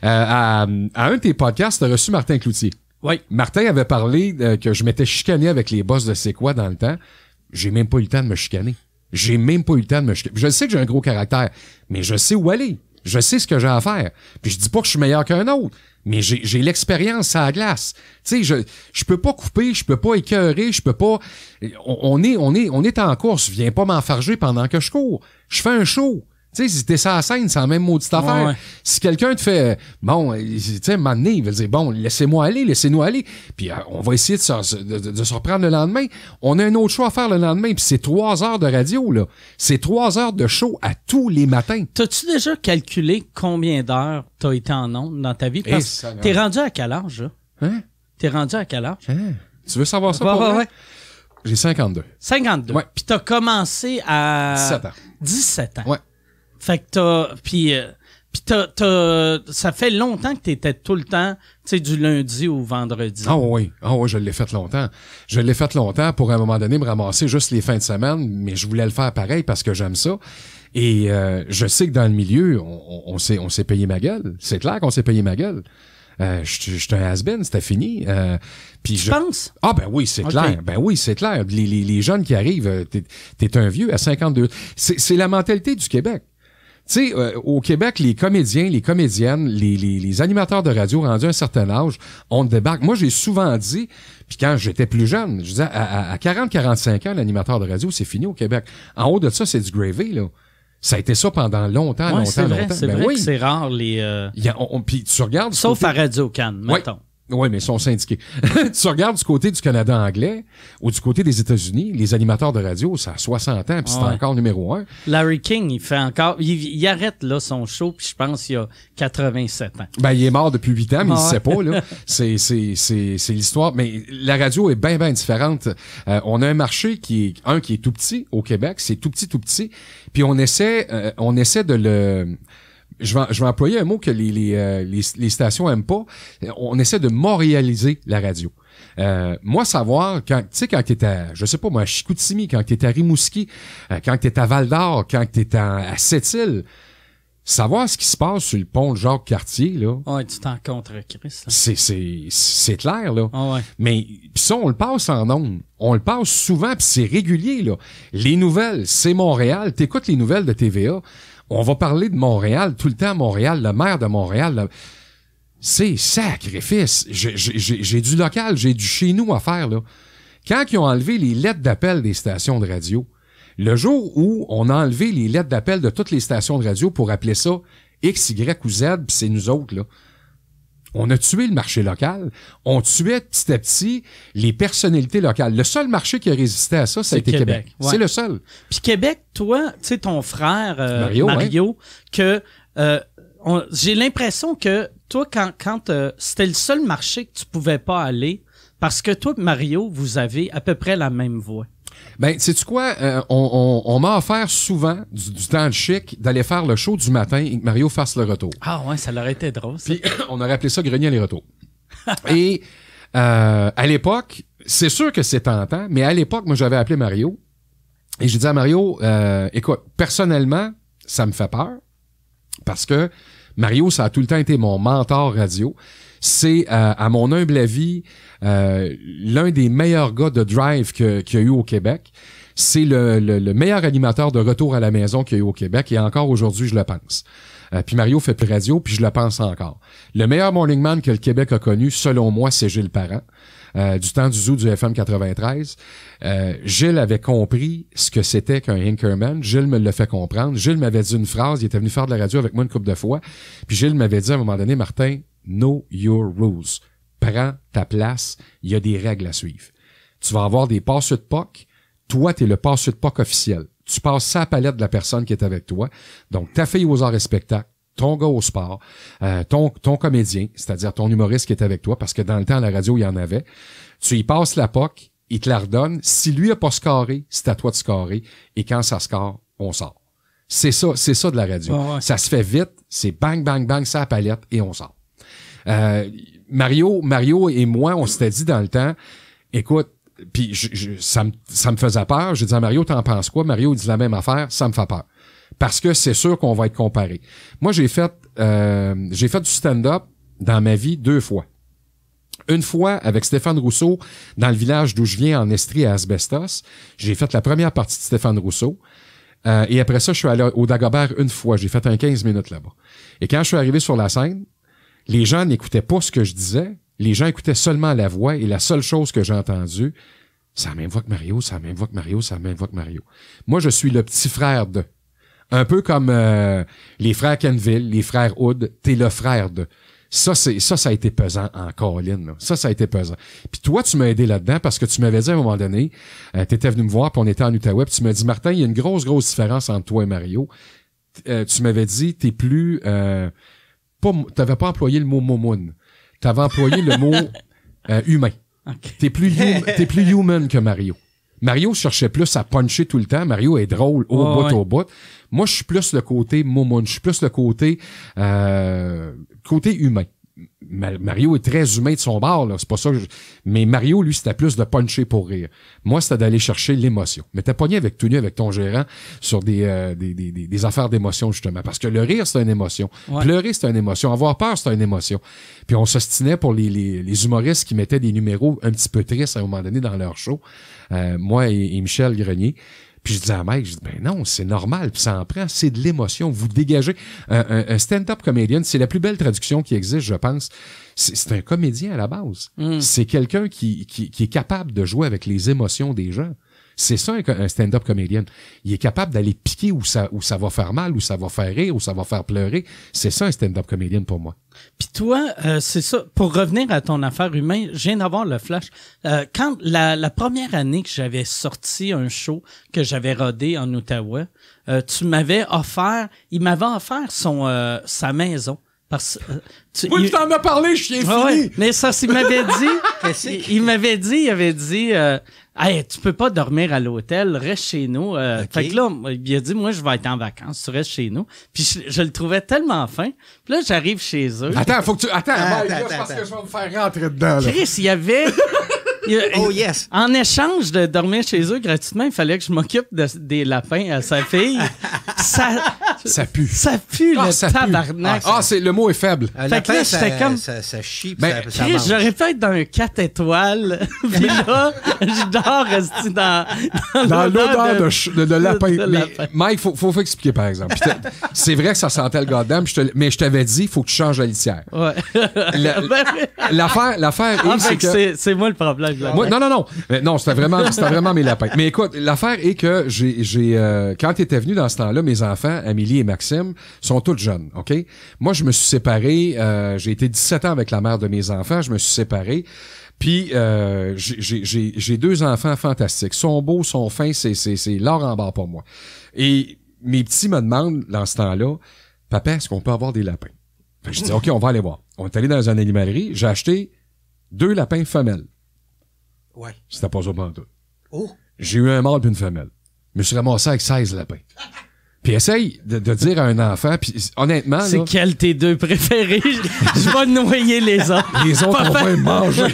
à, à un de tes podcasts, t'as reçu Martin Cloutier. Oui. Martin avait parlé euh, que je m'étais chicané avec les boss de C'est quoi dans le temps. J'ai même pas eu le temps de me chicaner. J'ai même pas eu le temps de me chicaner. Je sais que j'ai un gros caractère, mais je sais où aller. Je sais ce que j'ai à faire. Puis je dis pas que je suis meilleur qu'un autre, mais j'ai, j'ai l'expérience à la glace. Tu sais, je, je peux pas couper, je peux pas écœurer, je peux pas... On, on est, on est, on est en course. Viens pas m'enfarger pendant que je cours. Je fais un show. Tu sais, si t'es sur la scène, c'est la même maudite affaire. Ouais, ouais. Si quelqu'un te fait, bon, tu sais, un moment donné, il veut dire, bon, laissez-moi aller, laissez-nous aller. Puis euh, on va essayer de se, de, de, de se reprendre le lendemain. On a un autre show à faire le lendemain, puis c'est trois heures de radio, là. C'est trois heures de show à tous les matins. T'as-tu déjà calculé combien d'heures t'as été en ondes dans ta vie? Parce que t'es rendu à quel âge, là? Hein? T'es rendu à quel âge? Hein? Tu veux savoir ça ouais, pour ouais, moi? Ouais. J'ai cinquante-deux. cinquante-deux. Ouais. Puis t'as commencé à... dix-sept ans. dix-sept ans. Ouais. Fait que t'as... Puis, euh, puis t'as, t'as... Ça fait longtemps que t'étais tout le temps, tu sais, du lundi au vendredi. Ah oh oui. Ah oh oui, je l'ai fait longtemps. Je l'ai fait longtemps pour, à un moment donné, me ramasser juste les fins de semaine, mais je voulais le faire pareil parce que j'aime ça. Et euh, je sais que dans le milieu, on, on, on, s'est, on s'est payé ma gueule. C'est clair qu'on s'est payé ma gueule. Euh, j'étais un has-been, c'était fini. Euh, puis tu je... penses? Ah ben oui, c'est okay. clair. Ben oui, c'est clair. Les, les, les jeunes qui arrivent, t'es, t'es un vieux à cinquante-deux. C'est, c'est la mentalité du Québec. Tu sais, euh, au Québec, les comédiens, les comédiennes, les, les, les animateurs de radio rendus à un certain âge, on débarque. Moi, j'ai souvent dit, puis quand j'étais plus jeune, je disais, à, à quarante à quarante-cinq ans, l'animateur de radio, c'est fini au Québec. En haut de ça, c'est du gravy, là. Ça a été ça pendant longtemps, ouais, longtemps, c'est vrai, longtemps. C'est ben vrai oui. que c'est rare, les... Euh... Puis tu regardes... Sauf côté... à Radio-Can, mettons. Oui, mais ils sont syndiqués. Tu regardes du côté du Canada anglais ou du côté des États-Unis, les animateurs de radio, ça a soixante ans, puis c'est ouais. encore numéro un. Larry King, il fait encore... Il, il arrête là son show, puis je pense qu'il a quatre-vingt-sept ans. Ben, il est mort depuis huit ans, mais ah, il ne sait pas, là. C'est, c'est, c'est, c'est l'histoire. Mais la radio est bien, bien différente. Euh, on a un marché qui est, un, qui est tout petit au Québec. C'est tout petit, tout petit. Puis on essaie, euh, on essaie de le... Je vais, je vais employer un mot que les, les, euh, les, les stations aiment pas. On essaie de montréaliser la radio. Euh, moi, savoir, quand, tu sais, quand t'es à, je sais pas, moi, à Chicoutimi, quand t'es à Rimouski, euh, quand t'es à Val-d'Or, quand t'es à, à Sept-Îles, savoir ce qui se passe sur le pont de Jacques-Cartier, là. Ouais, tu t'en contre Chris. C'est, c'est, c'est clair, là. Oh, ouais. Mais, pis ça, on le passe en ondes. On le passe souvent, pis c'est régulier, là. Les nouvelles, c'est Montréal. T'écoutes les nouvelles de T V A. On va parler de Montréal, tout le temps Montréal, le maire de Montréal. Le... C'est sacrifice. J'ai, j'ai, j'ai du local, j'ai du chez nous à faire, là. Quand ils ont enlevé les lettres d'appel des stations de radio, le jour où on a enlevé les lettres d'appel de toutes les stations de radio pour appeler ça X, Y ou Z, pis c'est nous autres, là. On a tué le marché local. On tuait petit à petit les personnalités locales. Le seul marché qui a résisté à ça, ça a été Québec. Québec. Ouais. C'est le seul. Puis Québec, toi, tu sais, ton frère euh, Mario, Mario ouais. que euh, on, j'ai l'impression que toi, quand, quand euh, c'était le seul marché que tu pouvais pas aller, parce que toi, Mario, vous avez à peu près la même voix. Ben, sais-tu quoi? Euh, on, on, on m'a offert souvent du, du temps de chic d'aller faire le show du matin et que Mario fasse le retour. Ah ouais, ça aurait été drôle. Ça. Puis on aurait appelé ça grenier aller-retour. Et euh, à l'époque, c'est sûr que c'est tentant, mais à l'époque, moi, j'avais appelé Mario et j'ai dit à Mario, euh, écoute, personnellement, ça me fait peur parce que Mario, ça a tout le temps été mon mentor radio. C'est, euh, à mon humble avis, euh, l'un des meilleurs gars de drive que, qu'il y a eu au Québec. C'est le, le, le meilleur animateur de retour à la maison qu'il y a eu au Québec. Et encore aujourd'hui, je le pense. Euh, puis Mario fait plus radio, puis je le pense encore. Le meilleur morning man que le Québec a connu, selon moi, c'est Gilles Parent. Euh, du temps du zoo du F M quatre-vingt-treize. Euh, Gilles avait compris ce que c'était qu'un anchorman. Gilles me l'a fait comprendre. Gilles m'avait dit une phrase. Il était venu faire de la radio avec moi une couple de fois. Puis Gilles m'avait dit à un moment donné, Martin, know your rules. Prends ta place. Il y a des règles à suivre. Tu vas avoir des passeux de P O C. Toi, t'es le passeux de P O C officiel. Tu passes ça à la palette de la personne qui est avec toi. Donc, ta fille aux arts et spectacles, ton gars au sport, euh, ton, ton comédien, c'est-à-dire ton humoriste qui est avec toi, parce que dans le temps, à la radio, il y en avait. Tu y passes la P O C, il te la redonne. Si lui a pas scoré, c'est à toi de scorer. Et quand ça score, on sort. C'est ça, c'est ça de la radio. Oh ouais. Ça se fait vite, c'est bang, bang, bang, ça à la palette et on sort. Euh, Mario, Mario et moi, on s'était dit dans le temps, écoute, puis je, je, ça, me, ça me faisait peur. J'ai dit à Mario, t'en penses quoi? Mario il dit la même affaire, ça me fait peur. Parce que c'est sûr qu'on va être comparé. Moi, j'ai fait euh, j'ai fait du stand-up dans ma vie deux fois. Une fois avec Stéphane Rousseau dans le village d'où je viens, en Estrie, à Asbestos. J'ai fait la première partie de Stéphane Rousseau. Euh, et après ça, je suis allé au Dagobert une fois. J'ai fait un quinze minutes là-bas. Et quand je suis arrivé sur la scène, les gens n'écoutaient pas ce que je disais. Les gens écoutaient seulement la voix. Et la seule chose que j'ai entendue, c'est la même voix que Mario, c'est la même voix que Mario, c'est la même voix que Mario. Moi, je suis le petit frère de... Un peu comme euh, les frères Kenville, les frères Hood, t'es le frère de. Ça, c'est ça, ça a été pesant en Caroline. Là. Ça, ça a été pesant. Puis toi, tu m'as aidé là-dedans parce que tu m'avais dit à un moment donné, euh, t'étais venu me voir, puis on était en Outaouais, puis tu m'as dit, Martin, il y a une grosse, grosse différence entre toi et Mario. Euh, tu m'avais dit, t'es plus... Euh, pas, t'avais pas employé le mot momoun. T'avais employé le mot euh, humain. Okay. T'es plus hum, t'es plus human que Mario. Mario cherchait plus à puncher tout le temps. Mario est drôle au oh, bout, ouais. au bout. Moi, je suis plus le côté momoun. Je suis plus le côté euh, côté humain. Mario est très humain de son bord, là. C'est pas ça que je... Mais Mario, lui, c'était plus de puncher pour rire. Moi, c'était d'aller chercher l'émotion. Mais t'es pogné avec tout nu avec ton gérant sur des, euh, des, des, des, des affaires d'émotion, justement. Parce que le rire, c'est une émotion. Ouais. Pleurer, c'est une émotion. Avoir peur, c'est une émotion. Puis on s'ostinait pour les, les, les humoristes qui mettaient des numéros un petit peu tristes à un moment donné dans leur show. Euh, moi et, et Michel Grenier. Puis je disais à Mike, je dis, ben non, c'est normal, puis ça en prend, c'est de l'émotion. Vous dégagez. Un, un, un stand-up comédien, c'est la plus belle traduction qui existe, je pense. C'est, c'est un comédien à la base. Mm. C'est quelqu'un qui, qui, qui est capable de jouer avec les émotions des gens. C'est ça, un, un stand-up comédien. Il est capable d'aller piquer où ça, où ça va faire mal, où ça va faire rire, où ça va faire pleurer. C'est ça, un stand-up comédien pour moi. Puis toi, euh, c'est ça. Pour revenir à ton affaire humaine, je viens d'avoir le flash. Euh, quand la, la première année que j'avais sorti un show que j'avais rodé en Outaouais, euh, tu m'avais offert, il m'avait offert son euh, sa maison. Parce, euh, tu, oui, il, tu t'en as parlé, chien fini. Ouais, mais ça, il m'avait dit, il, il m'avait dit, il avait dit, euh, hey, tu peux pas dormir à l'hôtel, reste chez nous. Euh, okay. Fait que là, il a dit, moi, je vais être en vacances, tu restes chez nous. Puis je, je le trouvais tellement fin. Puis là, j'arrive chez eux. Attends, faut que tu, attends, ah, Mike, attends, là, attends, parce que je vais me faire rentrer dedans, là. Chris, il y avait, il, oh yes! En échange de dormir chez eux gratuitement, il fallait que je m'occupe de, des lapins à sa fille. ça, ça pue. Ça pue, ah, le ça tabarnak. Pue. Ah, c'est, le mot est faible. Un fait lapin, que là, ça, j'étais comme... ça, ça chie, ben, ça, ça Chris, j'aurais pu être dans un quatre étoiles. Puis là, je dors resté dans, dans, dans l'odeur de, de, de, de lapin. De, de mais, lapin. Mike, faut, faut, faut expliquer, par exemple. C'est vrai que ça sentait le goddamn, mais je t'avais dit, il faut que tu changes la litière. Ouais. La, l'affaire, l'affaire ah, est, c'est que... C'est, c'est moi le problème. Moi, non, non, non. Mais non, c'était vraiment, c'était vraiment mes lapins. Mais écoute, l'affaire est que j'ai, j'ai, euh, quand t'étais venu dans ce temps-là, mes enfants, Amélie et Maxime, sont tous jeunes, OK? Moi, je me suis séparé, euh, j'ai été dix-sept ans avec la mère de mes enfants, je me suis séparé. Puis euh, j'ai, j'ai, j'ai deux enfants fantastiques. Ils sont beaux, sont fins, c'est, c'est, c'est l'or en barre pour moi. Et mes petits me demandent, dans ce temps-là, « Papa, est-ce qu'on peut avoir des lapins? » Fait que je dis « OK, on va aller voir. » On est allé dans une animalerie, j'ai acheté deux lapins femelles. Ouais. C'était pas ça pantoute. Oh! J'ai eu un mâle puis une femelle. Je me suis ramassé avec seize lapins. Puis essaye de, de dire à un enfant, puis honnêtement... C'est là, quel tes deux préférés? Je vais noyer les autres. Les autres, on va les manger.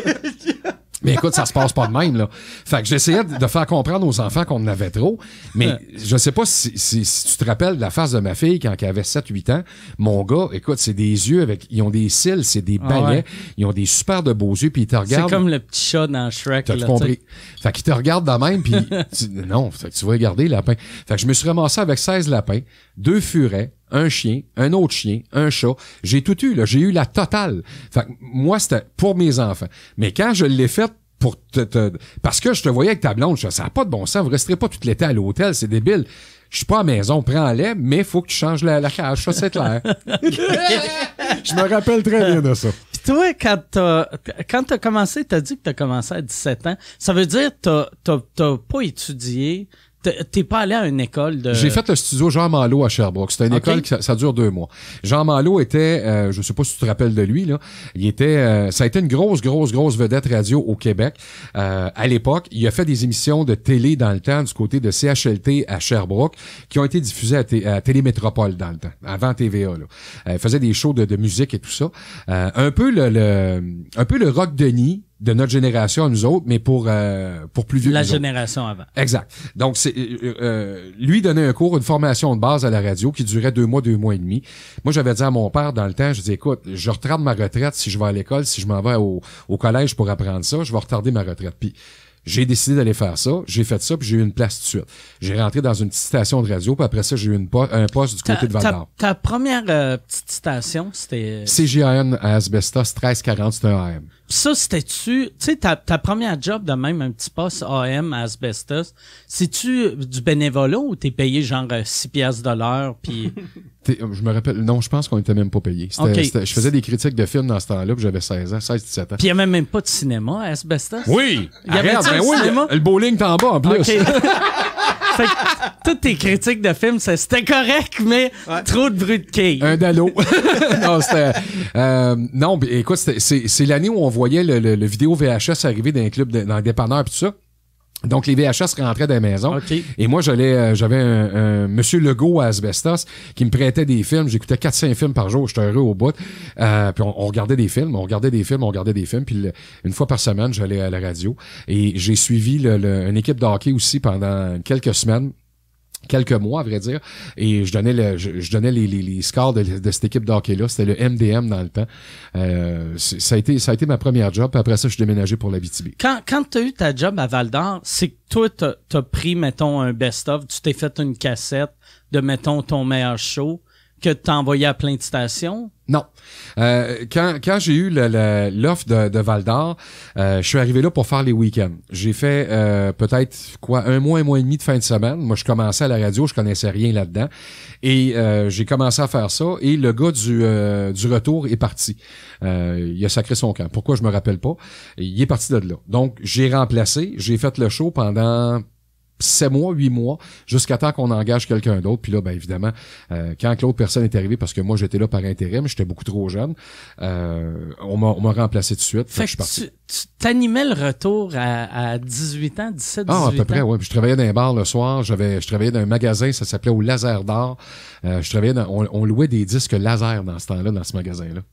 Mais écoute, ça se passe pas de même, là. Fait que j'essayais de faire comprendre aux enfants qu'on en avait trop, mais je sais pas si, si, si tu te rappelles de la face de ma fille quand elle avait sept huit ans. Mon gars, écoute, c'est des yeux avec... Ils ont des cils, c'est des balais. Ah ouais. Ils ont des super de beaux yeux, puis ils te regardent... C'est comme le petit chat dans Shrek. T'as là, compris. T'sais. Fait qu'ils te regardent de même, puis... tu, non, fait que tu vas regarder les lapins. Fait que je me suis ramassé avec seize lapins, deux furets, un chien, un autre chien, un chat. J'ai tout eu, là. J'ai eu la totale. Fait que moi, c'était pour mes enfants. Mais quand je l'ai fait pour te, te... Parce que je te voyais avec ta blonde, je disais, ça n'a pas de bon sens. Vous resterez pas tout l'été à l'hôtel. C'est débile. Je suis pas à la maison, prends-les, mais il faut que tu changes la, la cage. Ça, c'est clair. Je me rappelle très bien de ça. Puis toi, quand t'as, quand t'as commencé, t'as dit que t'as commencé à dix-sept ans. Ça veut dire que t'as, t'as, t'as pas étudié... T'es pas allé à une école de... J'ai fait le studio Jean Malo à Sherbrooke. C'était une okay. école qui ça, ça dure deux mois. Jean Malo était, euh, je sais pas si tu te rappelles de lui, là. Il était, euh, ça a été une grosse, grosse, grosse vedette radio au Québec. Euh, à l'époque, il a fait des émissions de télé dans le temps du côté de C H L T à Sherbrooke qui ont été diffusées à, t- à Télémétropole dans le temps, avant T V A, là. Euh, il faisait des shows de, de musique et tout ça. Euh, un peu le, le, un peu le rock Denis de notre génération à nous autres, mais pour euh, pour plus vieux. La génération autres. avant. Exact. Donc c'est euh, euh, lui donnait un cours, une formation de base à la radio qui durait deux mois, deux mois et demi. Moi j'avais dit à mon père dans le temps, je dis écoute, je retarde ma retraite si je vais à l'école, si je m'en vais au, au collège pour apprendre ça, je vais retarder ma retraite. Puis j'ai décidé d'aller faire ça, j'ai fait ça, puis j'ai eu une place tout de suite. J'ai rentré dans une petite station de radio, puis après ça, j'ai eu une po- un poste du côté ta, de Val-d'Or. Ta, ta première euh, petite station, c'était... C J A N à Asbestos, treize quarante, c'était un A M. Puis ça, c'était-tu... Tu sais, ta, ta première job de même, un petit poste A M à Asbestos, c'est-tu du bénévolat ou t'es payé genre six piastres de l'heure, puis... Je me rappelle... Non, je pense qu'on était même pas payé. C'était, okay. c'était, je faisais des critiques de films dans ce temps-là, puis j'avais seize ans, seize dix-sept ans. Puis il y avait même pas de cinéma à Asbestos? Oui! Il y avait Arrête, du ben oui, cinéma? Le bowling est en bas, en plus. Okay. Fait que toutes tes critiques de films, c'était correct, mais ouais. trop de bruit de quai. Un dallo. non, c'était... Euh, non, écoute, c'était, c'est, c'est l'année où on voyait le, le, le vidéo V H S arriver dans les clubs, de, dans les dépanneurs et tout ça. Donc, les V H S rentraient dans la maison. Okay. Et moi, j'allais, euh, j'avais un, un monsieur Legault à Asbestos qui me prêtait des films. J'écoutais quatre cinq films par jour. J'étais heureux au bout. Euh, puis on, on regardait des films, on regardait des films, on regardait des films. Puis le, une fois par semaine, j'allais à la radio. Et j'ai suivi le, le, une équipe de hockey aussi pendant quelques semaines. quelques mois, à vrai dire, et je donnais le, je, je donnais les, les, les scores de, de cette équipe de hockey-là. C'était le M D M dans le temps. Euh, ça a été, ça a été ma première job. Puis après ça, je suis déménagé pour l'Abitibi. Quand, quand tu as eu ta job à Val-d'Or, c'est que toi, t'as, t'as pris, mettons, un best-of, tu t'es fait une cassette de, mettons, ton meilleur show que t'as envoyé à plein de stations? Non. Euh, quand quand j'ai eu le, le, l'offre de, de Val-d'Or, euh, je suis arrivé là pour faire les week-ends. J'ai fait euh, peut-être quoi un mois, un mois et demi de fin de semaine. Moi, je commençais à la radio, je connaissais rien là-dedans. Et euh, j'ai commencé à faire ça. Et le gars du euh, du retour est parti. Euh, il a sacré son camp. Pourquoi, je me rappelle pas. Il est parti de là. Donc, j'ai remplacé. J'ai fait le show pendant sept mois, huit mois, jusqu'à temps qu'on engage quelqu'un d'autre. Puis là, ben évidemment, euh, quand l'autre personne est arrivée, parce que moi, j'étais là par intérim, j'étais beaucoup trop jeune, euh, on m'a, on m'a remplacé tout de suite. Fait, fait que je suis parti. Tu, tu t'animais le retour à, à dix-huit ans, dix-sept, dix-huit ans? Ah, à peu près, oui. Puis je travaillais dans un bar le soir. J'avais, je travaillais dans un magasin, ça s'appelait au Laser d'Or. Euh, je travaillais dans, on, on louait des disques laser dans ce temps-là, dans ce magasin-là.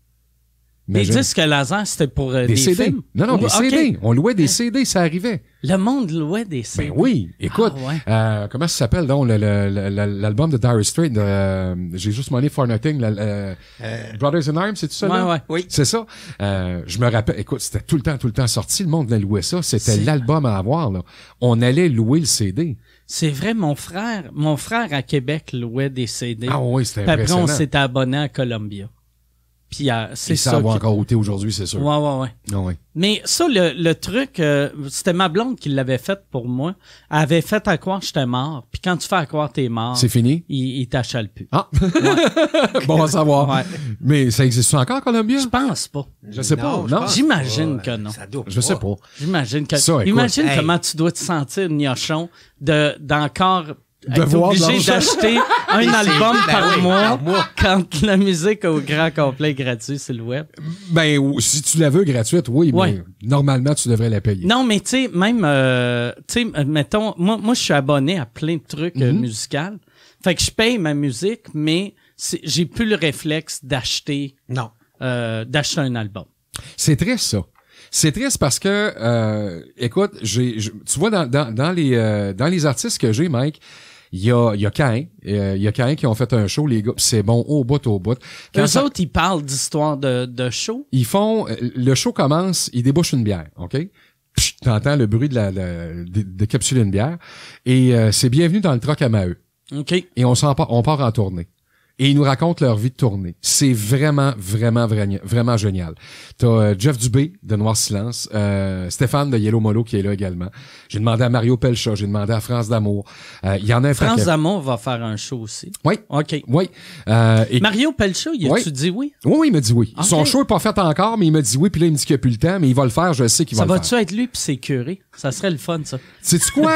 Des disques laser, c'était pour euh, des, des C D. films? Non, non, des okay. C D. On louait des C D, ça arrivait. Le monde louait des C D? Ben oui. Écoute, ah, ouais. euh, comment ça s'appelle, donc, le, le, le, l'album de Dire Straits, de, euh, j'ai juste Money for Nothing, le, euh, euh, Brothers in Arms, c'est tout ça, ouais, là? Ouais, oui. C'est ça. Euh, je me rappelle, écoute, c'était tout le temps, tout le temps sorti, le monde venait louer ça. C'était c'est... l'album à avoir, là. On allait louer le C D. C'est vrai, mon frère, mon frère à Québec louait des C D. Ah oui, c'était Puis impressionnant. Après, on s'était abonné à Columbia. Puis euh, c'est ça. Ça va qui... encore ôter aujourd'hui, c'est sûr. Ouais, ouais, ouais. Ah, ouais. Mais ça, le, le truc, euh, c'était ma blonde qui l'avait fait pour moi. Elle avait fait à croire que j'étais mort. Puis quand tu fais à croire que t'es mort, c'est fini. Il, il t'achale plus. Ah! Ouais. Bon à savoir. Ouais. Mais ça existe encore, Columbia? Je pense pas. Je sais pas. Non, j'imagine pas. que non. Ça doit je sais pas. J'imagine que. Ça, écoute, imagine hey. comment tu dois te sentir, Gnochon, de d'encore. De être voir obligé d'acheter un album ben par, oui, mois par mois quand la musique au grand complet est gratuite sur le web. Ben, si tu la veux gratuite, oui, ouais. mais normalement, tu devrais la payer. Non, mais tu sais, même, euh, tu sais, mettons, moi, moi, je suis abonné à plein de trucs mm-hmm. euh, musicaux. Fait que je paye ma musique, mais c'est, j'ai plus le réflexe d'acheter, non, euh, d'acheter un album. C'est triste, ça. C'est triste parce que, euh, écoute, j'ai, je, tu vois, dans, dans, dans les, euh, dans les artistes que j'ai, Mike, il y a, il y a Caïn, euh, il y a Caïn qui ont fait un show, les gars, pis c'est bon au bout, au bout. Quand Eux ça, autres, ils parlent d'histoire de, de show. Ils font, le show commence, ils débouchent une bière, OK? Psh, t'entends le bruit de la, la de, de capsuler une bière. Et euh, c'est bienvenue dans le troc à Maheu. OK. Et on s'en part, on part en tournée. Et ils nous racontent leur vie de tournée. C'est vraiment, vraiment, vraiment, vraiment génial. T'as euh, Jeff Dubé de Noir Silence, euh, Stéphane de Yellow Molo qui est là également. J'ai demandé à Mario Pelcha, j'ai demandé à France d'Amour. Il euh, y en a un France paquet. d'Amour va faire un show aussi. Oui. OK. Oui. Euh, et... Mario Pelcha, il a-tu oui. dit oui? Oui, oui, il m'a dit oui. Okay. Son show est pas fait encore, mais il m'a dit oui, puis là, il me dit qu'il n'y a plus le temps, mais il va le faire, je sais qu'il va, ça va le faire. Ça va-tu être lui puis c'est curé? Ça serait le fun, ça. Sais-tu quoi?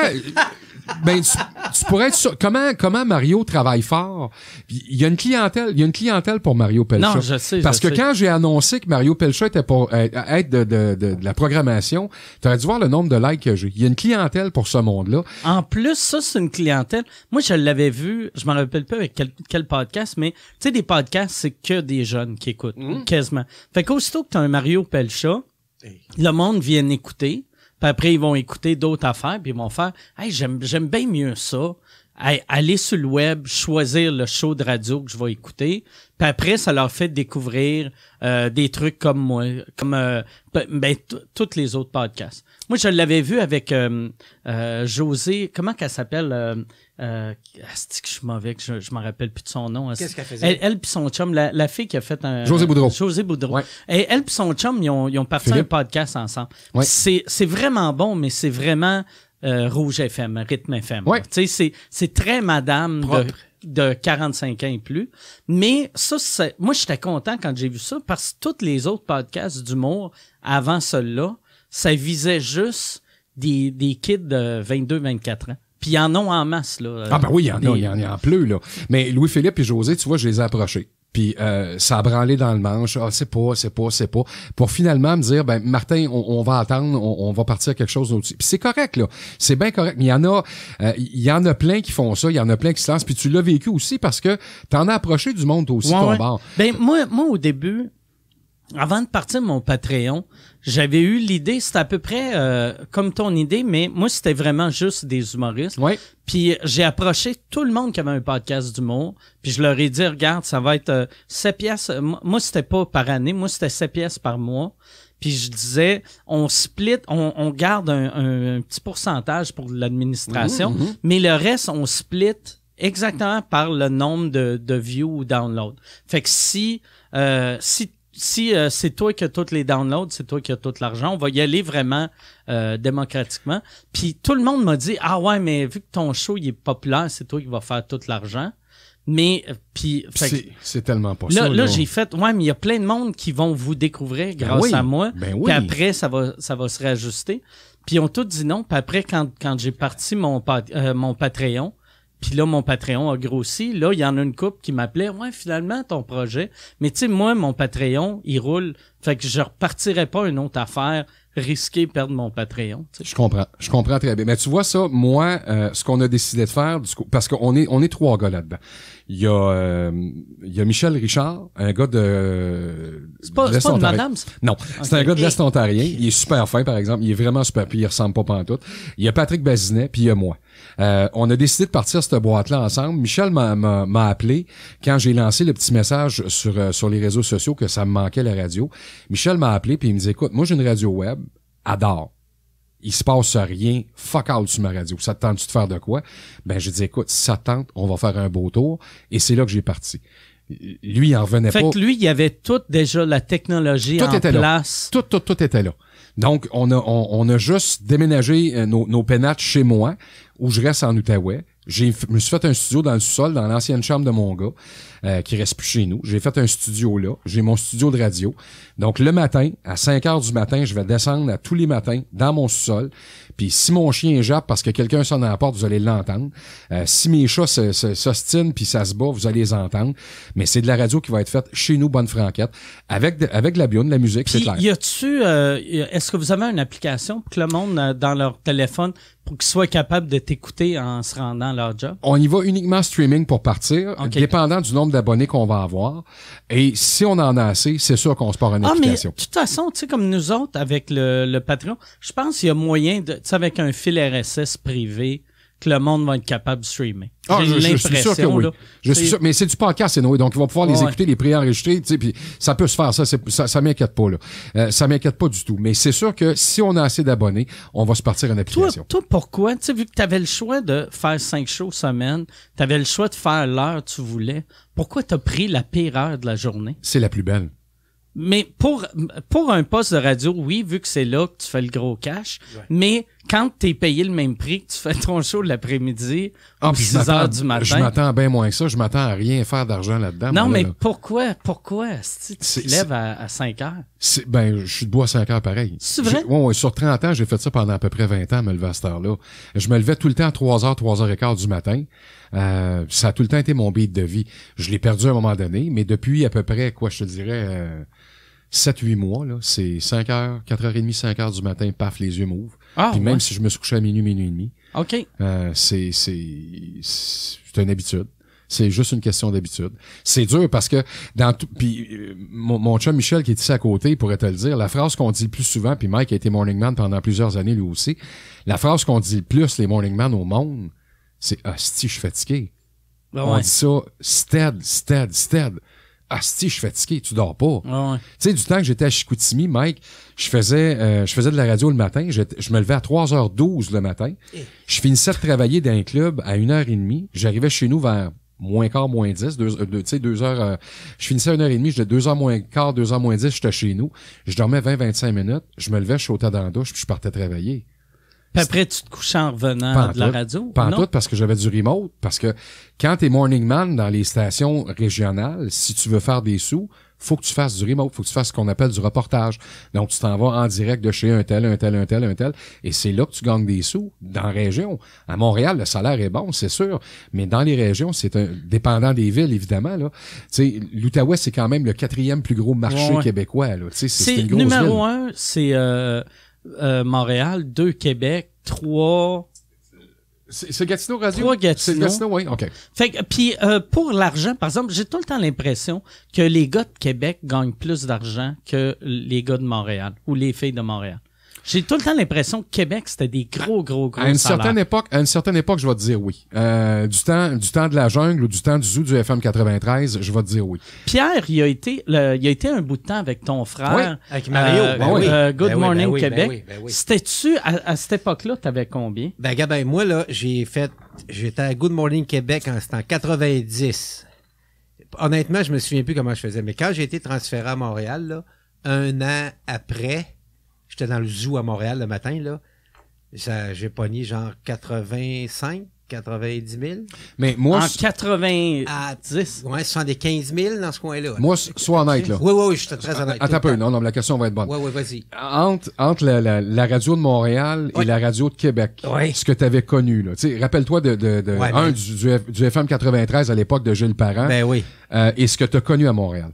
Ben, tu, tu pourrais être sûr. Comment, comment Mario travaille fort? Il y a une clientèle, il y a une clientèle pour Mario Pelcha. Non, je sais, Parce je que sais. quand j'ai annoncé que Mario Pelcha était pour euh, être de, de, de, de la programmation, tu aurais dû voir le nombre de likes que j'ai. Il y a une clientèle pour ce monde-là. En plus, ça, c'est une clientèle. Moi, je l'avais vu, je me rappelle pas avec quel, quel podcast, mais tu sais, des podcasts, c'est que des jeunes qui écoutent, mmh. quasiment. Fait qu'aussitôt que tu as un Mario Pelcha, hey. le monde vient écouter. Puis après, ils vont écouter d'autres affaires, puis ils vont faire « Hey, j'aime, j'aime bien mieux ça. Hey, aller sur le web, choisir le show de radio que je vais écouter. » Puis après, ça leur fait découvrir euh, des trucs comme moi, comme euh, ben, tous les autres podcasts. Moi, je l'avais vu avec euh, euh, José, comment qu'elle s'appelle? Euh, euh, c'est que je suis mauvais, que je, je m'en rappelle plus de son nom. Qu'est-ce qu'elle faisait? Elle, elle puis son chum, la, la fille qui a fait un... José Boudreau. José Boudreau. Ouais. Et elle puis son chum, ils ont, ils ont parti Philippe. un podcast ensemble. Ouais. C'est, c'est vraiment bon, mais c'est vraiment euh, Rouge F M, Rythme F M. Ouais. Tu sais, c'est, c'est très madame de, de quarante-cinq ans et plus. Mais ça, c'est, moi, j'étais content quand j'ai vu ça parce que tous les autres podcasts d'humour avant celui-là, ça visait juste des, des kids de vingt-deux vingt-quatre ans. Puis ils en ont en masse, là. Ah ben oui, il y en des... a, il y en a en pleu, là. Mais Louis-Philippe et José, tu vois, je les ai approchés. Puis euh, ça a branlé dans le manche. Ah, c'est pas, c'est pas, c'est pas. Pour finalement me dire, ben Martin, on, on va attendre, on, on va partir à quelque chose d'autre. Puis c'est correct, là. C'est bien correct. Mais il y en a, euh, il y en a plein qui font ça. Il y en a plein qui se lancent. Puis tu l'as vécu aussi parce que t'en as approché du monde aussi, ouais, ton ouais. bord. Ben moi, moi au début, avant de partir mon Patreon, j'avais eu l'idée, c'était à peu près euh, comme ton idée, mais moi, c'était vraiment juste des humoristes. Ouais. Puis j'ai approché tout le monde qui avait un podcast d'humour, puis je leur ai dit, regarde, ça va être euh, sept piastres. Moi, c'était pas par année, moi, c'était sept piastres par mois. Puis je disais, on split, on, on garde un, un, un petit pourcentage pour l'administration, Mmh, mmh. mais le reste, on split exactement par le nombre de, de views ou downloads. Fait que si... Euh, si Si euh, c'est toi qui as tous les downloads, c'est toi qui as tout l'argent, on va y aller vraiment euh, démocratiquement. Puis tout le monde m'a dit, ah ouais, mais vu que ton show il est populaire, c'est toi qui vas faire tout l'argent. Mais euh, puis fait que C'est, c'est tellement pas là, ça. là, Là, j'ai fait, ouais, mais il y a plein de monde qui vont vous découvrir grâce oui, à moi. ben oui. Puis après, ça va, ça va se réajuster. Puis ils ont tous dit non. Puis après, quand, quand j'ai parti mon, pa- euh, mon Patreon, puis là, mon Patreon a grossi. Là, il y en a une couple qui m'appelait. Ouais, finalement, ton projet. Mais tu sais, moi, mon Patreon, il roule. Fait que je repartirais pas une autre affaire, risquer de perdre mon Patreon. T'sais. Je comprends. Je comprends très bien. Mais tu vois ça, moi, euh, ce qu'on a décidé de faire, du coup, parce qu'on est, on est trois gars là-dedans. Il y a, euh, il y a Michel Richard, un gars de... C'est pas, de c'est pas une l'Est-Ontarien. madame, ça? Non, c'est Ok. un gars de l'Est ontarien. Il est super fin, par exemple. Il est vraiment super, puis il ressemble pas pantoute. Il y a Patrick Bazinet, puis il y a moi. Euh, on a décidé de partir cette boîte-là ensemble. Michel m'a, m'a, m'a appelé quand j'ai lancé le petit message sur, euh, sur les réseaux sociaux que ça me manquait la radio. Michel m'a appelé, puis il me dit, écoute, moi j'ai une radio web, adore. Il se passe rien, fuck out sur ma radio. Ça te tente-tu de faire de quoi? Ben, j'ai dit, écoute, si ça te tente, on va faire un beau tour. Et c'est là que j'ai parti. Lui, il en revenait Fait pas. que lui, il y avait toute déjà la technologie Tout en était là. place. Tout, tout, tout était là. Donc, on a, on, on a juste déménagé euh, nos, nos pénates chez moi, où je reste en Outaouais. J'ai, je me suis fait un studio dans le sous-sol, dans l'ancienne chambre de mon gars, euh, qui reste plus chez nous. J'ai fait un studio là. J'ai mon studio de radio. Donc, le matin, à cinq heures du matin, je vais descendre à tous les matins dans mon sous-sol. Puis, si mon chien jappe parce que quelqu'un sonne à la porte, vous allez l'entendre. Euh, si mes chats se, se, s'ostinent puis ça se bat, vous allez les entendre. Mais c'est de la radio qui va être faite chez nous, bonne franquette, avec de, avec de la bioune, de la musique, c'est Puis, clair. y a-tu, euh, est-ce que vous avez une application pour que le monde, euh, dans leur téléphone, pour qu'ils soient capables de t'écouter en se rendant à leur job? On y va uniquement streaming pour partir, Ok. dépendant du nombre d'abonnés qu'on va avoir. Et si on en a assez, c'est sûr qu'on se part une Ah, mais de application. toute façon, tu sais, comme nous autres, avec le, le Patreon, je pense qu'il y a moyen, de, tu sais, avec un fil R S S privé, que le monde va être capable de streamer. Ah, J'ai je, je suis sûr que oui. là. Je suis C'est- sûr, mais c'est du podcast, c'est Noé, donc ils vont pouvoir les Ouais. écouter, les préenregistrer, tu sais, puis ça peut se faire, ça, c'est, ça, ça m'inquiète pas là. Euh, ça m'inquiète pas du tout. Mais c'est sûr que si on a assez d'abonnés, on va se partir une Toi, application. toi, pourquoi? Tu sais, vu que tu avais le choix de faire cinq shows semaine, tu avais le choix de faire l'heure que tu voulais, pourquoi tu as pris la pire heure de la journée? C'est la plus belle. Mais pour, pour un poste de radio, oui, vu que c'est là que tu fais le gros cash, mais quand tu es payé le même prix que tu fais ton show l'après-midi Ah, ou puis je six heures m'attends, du matin. je m'attends bien moins que ça. Je m'attends à rien faire d'argent là-dedans. Non, moi, mais là. pourquoi? Pourquoi? Si tu C'est- te lèves à, à cinq heures? C'est, ben, je suis debout à cinq heures pareil. C'est vrai? J'ai- Ouais, ouais, sur trente ans, j'ai fait ça pendant à peu près vingt ans, me lever à cette heure-là. Je me levais tout le temps à trois heures, trois heures quinze du matin. Euh, ça a tout le temps été mon beat de vie. Je l'ai perdu à un moment donné, mais depuis à peu près, quoi, je te dirais, euh, sept huit mois, là, c'est cinq heures, quatre heures trente, cinq heures du matin, paf, les yeux m'ouvrent. Ah, Puis même ouais. si je me suis couché à minuit, minuit et demi, OK. euh, c'est, c'est, c'est une habitude. C'est juste une question d'habitude. C'est dur parce que dans tout, puis euh, mon, mon chum Michel qui est ici à côté pourrait te le dire, la phrase qu'on dit le plus souvent, puis Mike a été morning man pendant plusieurs années lui aussi, la phrase qu'on dit le plus les morning man au monde, c'est « Asti, je suis fatigué ». Ben On ouais. dit ça « Stead, stead, stead ». Asti, je suis fatigué, tu dors pas. Ouais, ouais. Tu sais, du temps que j'étais à Chicoutimi, Mike, je faisais euh, je faisais de la radio le matin. Je, je me levais à trois heures douze le matin. Je finissais de travailler dans un club à une heure trente. J'arrivais chez nous vers moins quart, moins dix. Deux, euh, deux, tu sais, deux heures... Euh, je finissais à une heure trente. J'étais deux heures moins quart, deux heures moins dix, j'étais chez nous. Je dormais vingt à vingt-cinq minutes. Je me levais, je sautais dans la douche, puis je partais travailler. Puis après, tu te couches en revenant Pas en de la tout. radio? Pas en non? tout, parce que j'avais du remote. Parce que quand t'es morning man dans les stations régionales, si tu veux faire des sous, faut que tu fasses du remote, faut que tu fasses ce qu'on appelle du reportage. Donc, tu t'en vas en direct de chez un tel, un tel, un tel, un tel, et c'est là que tu gagnes des sous dans la région. À Montréal, le salaire est bon, c'est sûr, mais dans les régions, c'est un dépendant des villes, évidemment, là. Tu sais, l'Outaouais, c'est quand même le quatrième plus gros marché Ouais. québécois, là. Tu sais, c'est, c'est C'est une grosse numéro ville. un, c'est euh, euh, Montréal, deux Québec, trois... C'est, c'est Gatineau Radio? Trois Gatineau. C'est Gatineau, oui, OK. Fait que, puis euh, pour l'argent, par exemple, j'ai tout le temps l'impression que les gars de Québec gagnent plus d'argent que les gars de Montréal ou les filles de Montréal. J'ai tout le temps l'impression que Québec, c'était des gros, gros, gros À une salaires. certaine époque, à une certaine époque, je vais te dire oui. Euh, du temps, du temps de la jungle ou du temps du zoo du F M quatre-vingt-treize, je vais te dire oui. Pierre, il a été, le, il a été un bout de temps avec ton frère. Oui, avec Mario. Euh, Ben oui. euh, Good Ben oui, Morning ben oui, Québec. ben oui, ben oui. C'était-tu, à, à cette époque-là, t'avais combien? Ben, gars, ben, moi, là, j'ai fait, j'étais à Good Morning Québec en, c'était en quatre-vingt-dix. Honnêtement, je me souviens plus comment je faisais, mais quand j'ai été transféré à Montréal, là, un an après, j'étais dans le zoo à Montréal le matin, là. Ça, j'ai pogné genre quatre-vingt-cinq, quatre-vingt-dix mille. Mais moi, En s- quatre-vingt-dix. À, ouais, soixante-quinze mille dans ce coin-là. moi, s- sois honnête, là. Oui, oui, oui, j'étais très honnête. Attends un peu, non, non, mais la question va être bonne. Oui, oui, vas-y. Entre, entre la, la, la radio de Montréal Oui. et la radio de Québec, Oui. ce que tu avais connu, là. Tu sais, rappelle-toi de, de, de Ouais, un, mais- du, du, F- du F M quatre-vingt-treize à l'époque de Gilles Parent, Ben oui. euh, et ce que tu as connu à Montréal.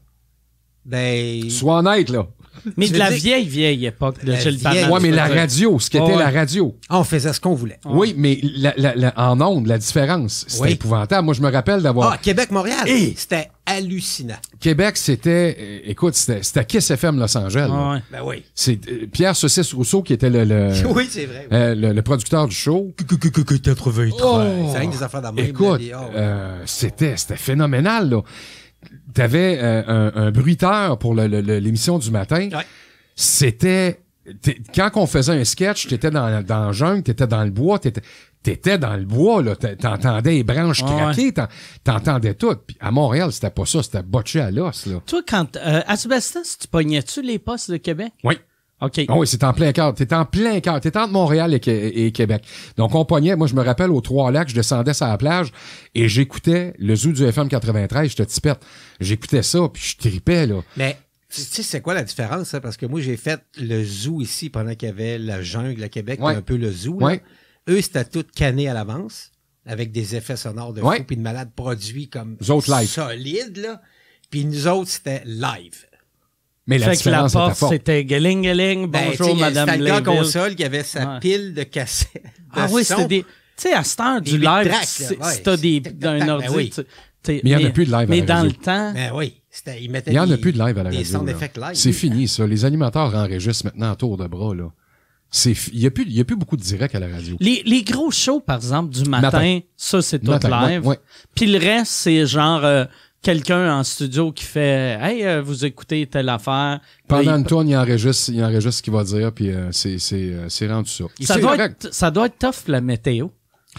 Ben. Sois honnête, là. Mais Tu de veux la dire- vieille, vieille époque de La Gilles vieille- Parent. Ouais, mais tu la veux dire. radio, ce qu'était Ouais, la ouais. radio. On faisait ce qu'on voulait. Oui, mais la, la, la- en ondes, la différence, c'était Oui. épouvantable. Moi, je me rappelle d'avoir... Ah, Québec-Montréal. Hey! C'était hallucinant. Québec, c'était... euh, écoute, c'était, c'était Kiss F M Los Angeles. là. Ah ouais. Ben oui. C'est euh, Pierre Saucisse Rousseau qui était le, le, Oui, c'est vrai. Oui. euh, le, le producteur du show. quatre-vingt-trois. Oh! C'est rien que des affaires dans le même. Écoute, là, des- oh, euh, c'était, c'était phénoménal, là. T'avais euh, un, un bruiteur pour le- le- le- l'émission du matin. Ouais. C'était... t'es- Quand on faisait un sketch, t'étais dans, dans la jungle, t'étais dans le bois, t'étais, t'étais dans le bois, là. T'a- T'entendais les branches Ouais. craquer, t'en- t'entendais tout. Puis à Montréal, c'était pas ça, c'était botché à l'os, là. Toi, quand, euh, Asbestos, tu pognais-tu les postes de Québec? Oui. OK. Ah oui, c'est en plein cœur. T'es en plein cœur. T'es entre Montréal et, Qué- et Québec. Donc, on pognait. Moi, je me rappelle, aux Trois-Lacs, je descendais sur la plage et j'écoutais le zoo du F M quatre-vingt-treize. Je te tipette. J'écoutais ça, puis je tripais, là. Mais tu sais, c'est quoi la différence? Hein? Parce que moi, j'ai fait le zoo ici pendant qu'il y avait la jungle à Québec, Ouais. un peu le zoo. Là. Ouais. Eux, c'était tout canné à l'avance, avec des effets sonores de Ouais. fou, puis de malades produits comme Nous autres, live. solides. Là. Puis nous autres, c'était live. Mais la Fait que la différence était porte, forte. c'était galing, galing, Ben, bonjour, tu sais, madame C'était le gars Layville. console qui avait sa Ouais. pile de cassettes. de Ah oui, son. c'était des... Tu sais, à cette heure Des du huit live, tracks, c'est- là, ouais. si t'as des, Tac, tac, d'un tac, ordi, ben oui. tu- t'es- Mais il y en a plus de live à Mais la dans radio. le temps, Ben oui, c'était, ils mettaient Il y en a des- plus de live à la des radio. sound là. effects live. C'est fini, ça. Les animateurs enregistrent maintenant à tour de bras, là. C'est fi- Il y a plus, il y a plus beaucoup de direct à la radio. les, les gros shows, par exemple, du matin, Matin. ça, c'est tout Matin, live. ouais, ouais. Puis le reste, c'est genre euh, quelqu'un en studio qui fait « Hey, euh, vous écoutez telle affaire. » Pendant Là, une tourne, il enregistre, il enregistre ce qu'il va dire, puis euh, c'est, c'est, euh, c'est rendu ça. il- ça, C'est doit correct. être, ça doit être tough, la météo.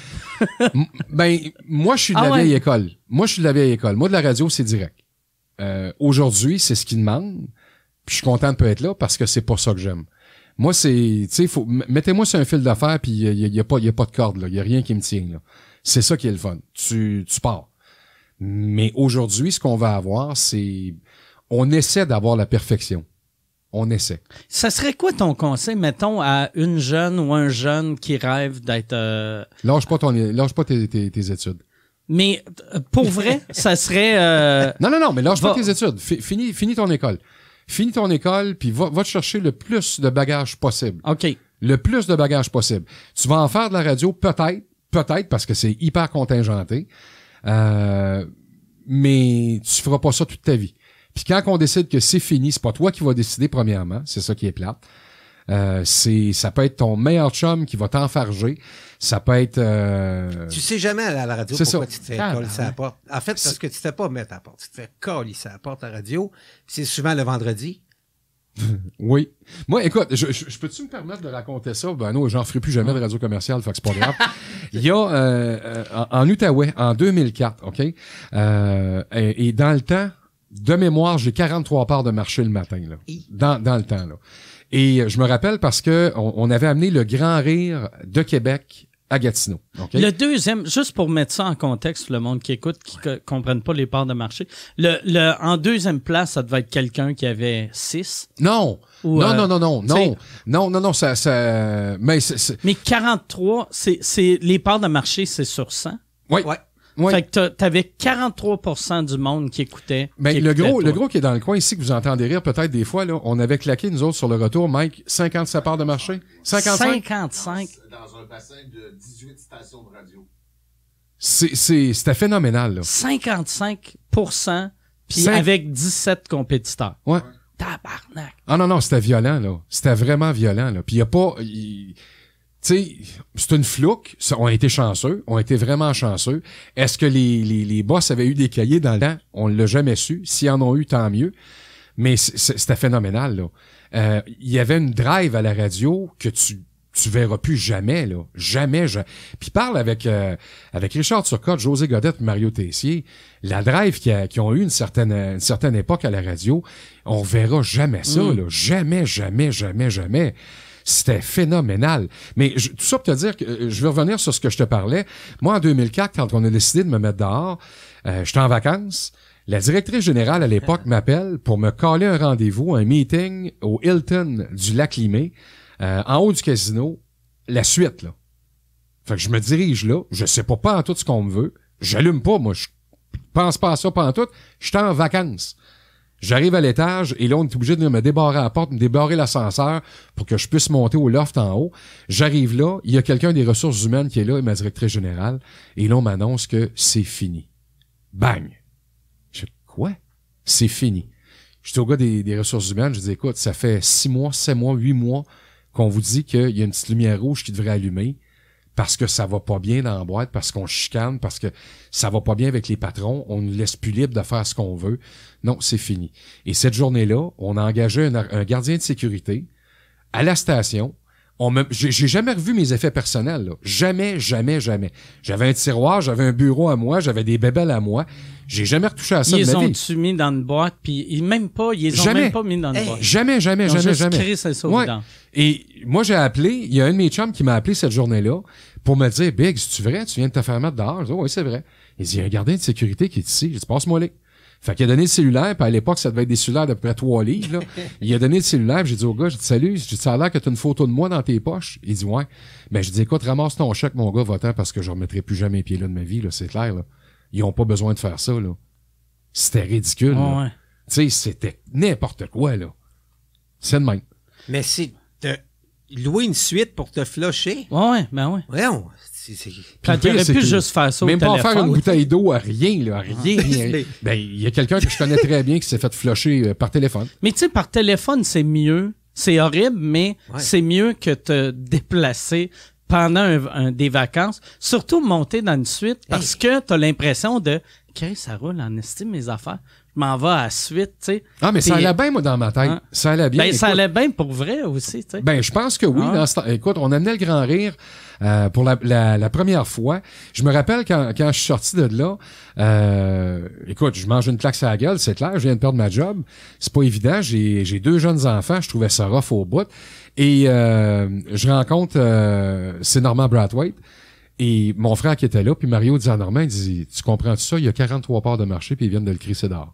M- Ben, moi, je suis de Ah la ouais? vieille école. Moi, je suis de la vieille école. Moi, de la radio, c'est direct. Euh, aujourd'hui, c'est ce qu'ils demandent. Puis je suis content de pas être là parce que c'est pas ça que j'aime. Moi, c'est, tu sais, faut, m- mettez-moi sur un fil d'affaires puis il y, a- y a pas, y a pas de corde, là. Il y a rien qui me tient, là. C'est ça qui est le fun. Tu, tu pars. Mais aujourd'hui, ce qu'on va avoir, c'est, on essaie d'avoir la perfection. On essaie. Ça serait quoi ton conseil, mettons, à une jeune ou un jeune qui rêve d'être... euh, Lâche pas ton, lâche pas tes, tes, tes études. Mais euh, pour vrai, ça serait... euh, Non, non, non, mais lâche Va- pas tes études. Fi- Finis, finis ton école. Finis ton école, puis va, va te chercher le plus de bagages possible. OK. Le plus de bagages possible. Tu vas en faire de la radio, peut-être, peut-être, parce que c'est hyper contingenté, euh, mais tu feras pas ça toute ta vie. Puis quand on décide que c'est fini, c'est pas toi qui vas décider premièrement, c'est ça qui est plate. Euh, c'est, ça peut être ton meilleur chum qui va t'enfarger. Ça peut être... euh, Tu sais jamais à la radio C'est pourquoi ça. tu te fais Ah, coller ben à la ouais. porte. En fait, parce que tu te fais pas mettre à la porte. Tu te fais coller à la porte à la radio. Puis c'est souvent le vendredi. Oui. Moi, écoute, je, je, je peux-tu me permettre de raconter ça? Ben non, j'en ferai plus jamais de radio commerciale, fait que c'est pas grave. Il y a, euh, euh, en, en Outaouais, en deux mille quatre, OK? Euh, et, et dans le temps, de mémoire, j'ai quarante-trois parts de marché le matin, là. Dans, dans le temps, là. Et je me rappelle parce que on, on avait amené le Grand Rire de Québec à Gatineau. OK? Le deuxième, juste pour mettre ça en contexte, le monde qui écoute, qui ne comprenne pas les parts de marché, le, le, en deuxième place, ça devait être quelqu'un qui avait six. Non! Ou, non, euh, non, non, non, t'sais- non, non, non, non, ça, ça, mais c'est, c'est- Mais quarante-trois, c'est, c'est, les parts de marché, c'est sur cent. oui, Ouais. Ouais. Fait que t'avais quarante-trois pour cent du monde qui écoutait. Ben, qui le écoutait gros, toi. le gros qui est dans le coin ici, que vous entendez rire peut-être des fois, là, on avait claqué, nous autres, sur le retour, Mike, cinquante-sept parts de marché. cinquante-cinq? cinquante-cinq. Dans un bassin de dix-huit stations de radio. C'est, c'est, c'était phénoménal, là. cinquante-cinq pour cent, puis Cinq- avec dix-sept compétiteurs. Ouais. Tabarnak. Ah non, non, c'était violent, là. C'était vraiment violent, là. Puis il y a pas... il- Tu sais, c'est une flouque. Ça, on a été chanceux. On a été vraiment chanceux. Est-ce que les, les, les boss avaient eu des cahiers dans le temps? On l'a jamais su. S'ils en ont eu, tant mieux. Mais c- c- c'était phénoménal, là. Euh, Il y avait une drive à la radio que tu tu verras plus jamais, là. Jamais, jamais. Puis parle avec euh, avec Richard Turcotte, José Godette et Mario Tessier. La drive qui, a, qui ont eu une certaine une certaine époque à la radio, on verra jamais ça, Mm. là. Jamais, jamais, jamais, jamais. C'était phénoménal. Mais je- tout ça pour te dire que euh, je vais revenir sur ce que je te parlais. Moi, en deux mille quatre, quand on a décidé de me mettre dehors, euh, j'étais en vacances. La directrice générale à l'époque m'appelle pour me caler un rendez-vous, un meeting au Hilton du Lac-Limay, euh, en haut du casino, la suite, là. Fait que je me dirige là, je sais pas pas en tout ce qu'on me veut, j'allume pas, moi, je pense pas à ça pas en tout, j'étais en vacances. J'arrive à l'étage et là, on est obligé de venir me débarrer à la porte, me débarrer l'ascenseur pour que je puisse monter au loft en haut. J'arrive là, il y a quelqu'un des ressources humaines qui est là, ma directrice générale, et là, on m'annonce que c'est fini. Bang! Je dis, quoi? C'est fini. Je dis au gars des, des ressources humaines, je dis, écoute, ça fait six mois, sept mois, huit mois qu'on vous dit qu'il y a une petite lumière rouge qui devrait allumer parce que ça va pas bien dans la boîte, parce qu'on chicane, parce que ça va pas bien avec les patrons, on nous laisse plus libre de faire ce qu'on veut. Non, c'est fini. Et cette journée-là, on a engagé un, un gardien de sécurité à la station. On me, j'ai, j'ai jamais revu mes effets personnels, là. Jamais, jamais, jamais. J'avais un tiroir, j'avais un bureau à moi, j'avais des bébelles à moi. J'ai jamais retouché à ça Ils de les ma vie. ont-tu mis dans une boîte, puis ils même pas, ils les ont Jamais. même pas mis dans une Hey, boîte. Jamais, jamais, Ils ont jamais, juste jamais. crissé ça au Ouais. vidange. Et moi, j'ai appelé, il y a un de mes chums qui m'a appelé cette journée-là pour me dire, Big, c'est-tu vrai? Tu viens de te faire mettre dehors? Je dis, oui, c'est vrai. Il dit, il y a un gardien de sécurité qui est ici. J'ai dit, passe-moi les. Fait qu'il a donné le cellulaire, puis à l'époque, ça devait être des cellulaires d'à peu près trois livres, là. Il a donné le cellulaire, puis j'ai dit au gars, j'ai dit, salut, j'ai dit, ça a l'air que t'as une photo de moi dans tes poches. Il dit, ouais. Ben, je dis, écoute, ramasse ton chèque, mon gars, va-t'en, parce que je remettrai plus jamais les pieds là de ma vie, là, c'est clair, là. Ils ont pas besoin de faire ça, là. C'était ridicule, là. Ouais, ouais. Tu sais, c'était n'importe quoi, là. C'est de même. Mais c'est de louer une suite pour te flusher. Ouais, ouais, ben ouais. Voyons. C'est, c'est... Quand le pire, il aurait c'est pu que juste faire ça au Même pas téléphone. faire une bouteille d'eau à rien, là, à rien, rien. Mais- Ben, il y a quelqu'un que je connais très bien qui s'est fait flusher euh, par téléphone. Mais tu sais, par téléphone, c'est mieux. C'est horrible, mais Ouais. c'est mieux que te déplacer pendant un, un- des vacances. Surtout monter dans une suite parce que t'as l'impression de « Chris, ça roule en estime mes affaires. Je m'en vais à la suite, tu sais. » Ah, mais ça Puis- allait bien, moi, dans ma tête. Hein? Ça allait bien. Ben, ça Écoute, allait bien pour vrai aussi, tu sais. Ben, je pense que oui. Ah. Dans ce temps- écoute, on amenait le grand rire euh, pour la, la, la première fois. Je me rappelle quand, quand je suis sorti de là, euh, écoute, je mange une claque sur la gueule, c'est clair, je viens de perdre ma job. C'est pas évident. J'ai, j'ai deux jeunes enfants, je trouvais ça rough au bout. Et euh, je rencontre, euh, c'est Normand Brathwaite. Et mon frère qui était là, puis Mario dit à Normand, il dit, tu comprends-tu ça? Il y a quarante-trois parts de marché, puis ils viennent de le crisser dehors.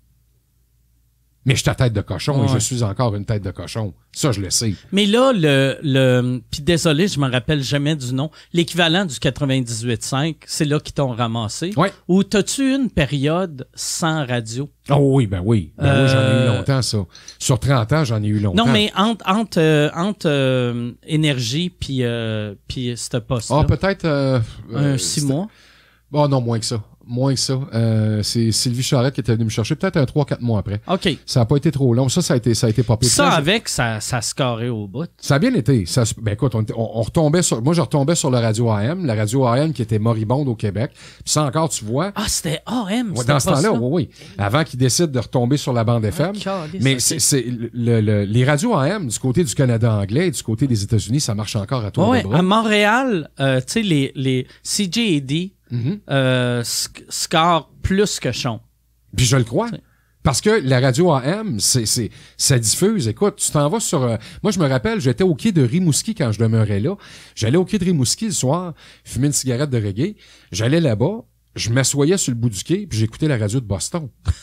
Mais je suis à tête de cochon et Ouais. je suis encore une tête de cochon. Ça, je le sais. Mais là, le, le puis désolé, je me rappelle jamais du nom, l'équivalent du quatre-vingt-dix-huit cinq, c'est là qu'ils t'ont ramassé. Ouais. Ou t'as-tu eu une période sans radio? Oh oui, ben oui. Ben oui, j'en ai eu Euh, longtemps, ça. Sur trente ans, j'en ai eu longtemps. Non, mais entre, entre, euh, entre euh, Énergie puis euh, puis ce poste-là, Ah, peut-être... Euh, un euh, six c'était- mois. Oh non, moins que ça. Moins que ça. Euh, c'est Sylvie Charette qui était venue me chercher, peut-être un trois quatre mois après. OK. Ça a pas été trop long. Ça, ça a été, ça a été pas pire. Ça, Puis là, avec, ça, ça se carrait au bout. Ça a bien été. Ça, se- ben écoute, on, était- on, on retombait sur... Moi, je retombais sur la radio A M, la radio A M qui était moribonde au Québec. Puis ça encore, tu vois... Ah, c'était A M. Ouais, c'était dans ce pas temps-là, ça? oui, oui. Avant qu'ils décident de retomber sur la bande F M. Ah, calisse, Mais ok. c'est, c'est le, le- les radios A M du côté du Canada anglais et du côté des États-Unis, ça marche encore à tour Ouais, de bras. à Montréal, euh, tu sais, les, les C J A D Mhm. euh, sc- score plus que Chon. Puis je le crois. C'est- Parce que la radio A M, c'est, c'est, ça diffuse. Écoute, tu t'en vas sur... euh, moi, je me rappelle, j'étais au quai de Rimouski quand je demeurais là. J'allais au quai de Rimouski le soir, fumer une cigarette de reggae. J'allais là-bas, je m'assoyais sur le bout du quai, puis j'écoutais la radio de Boston.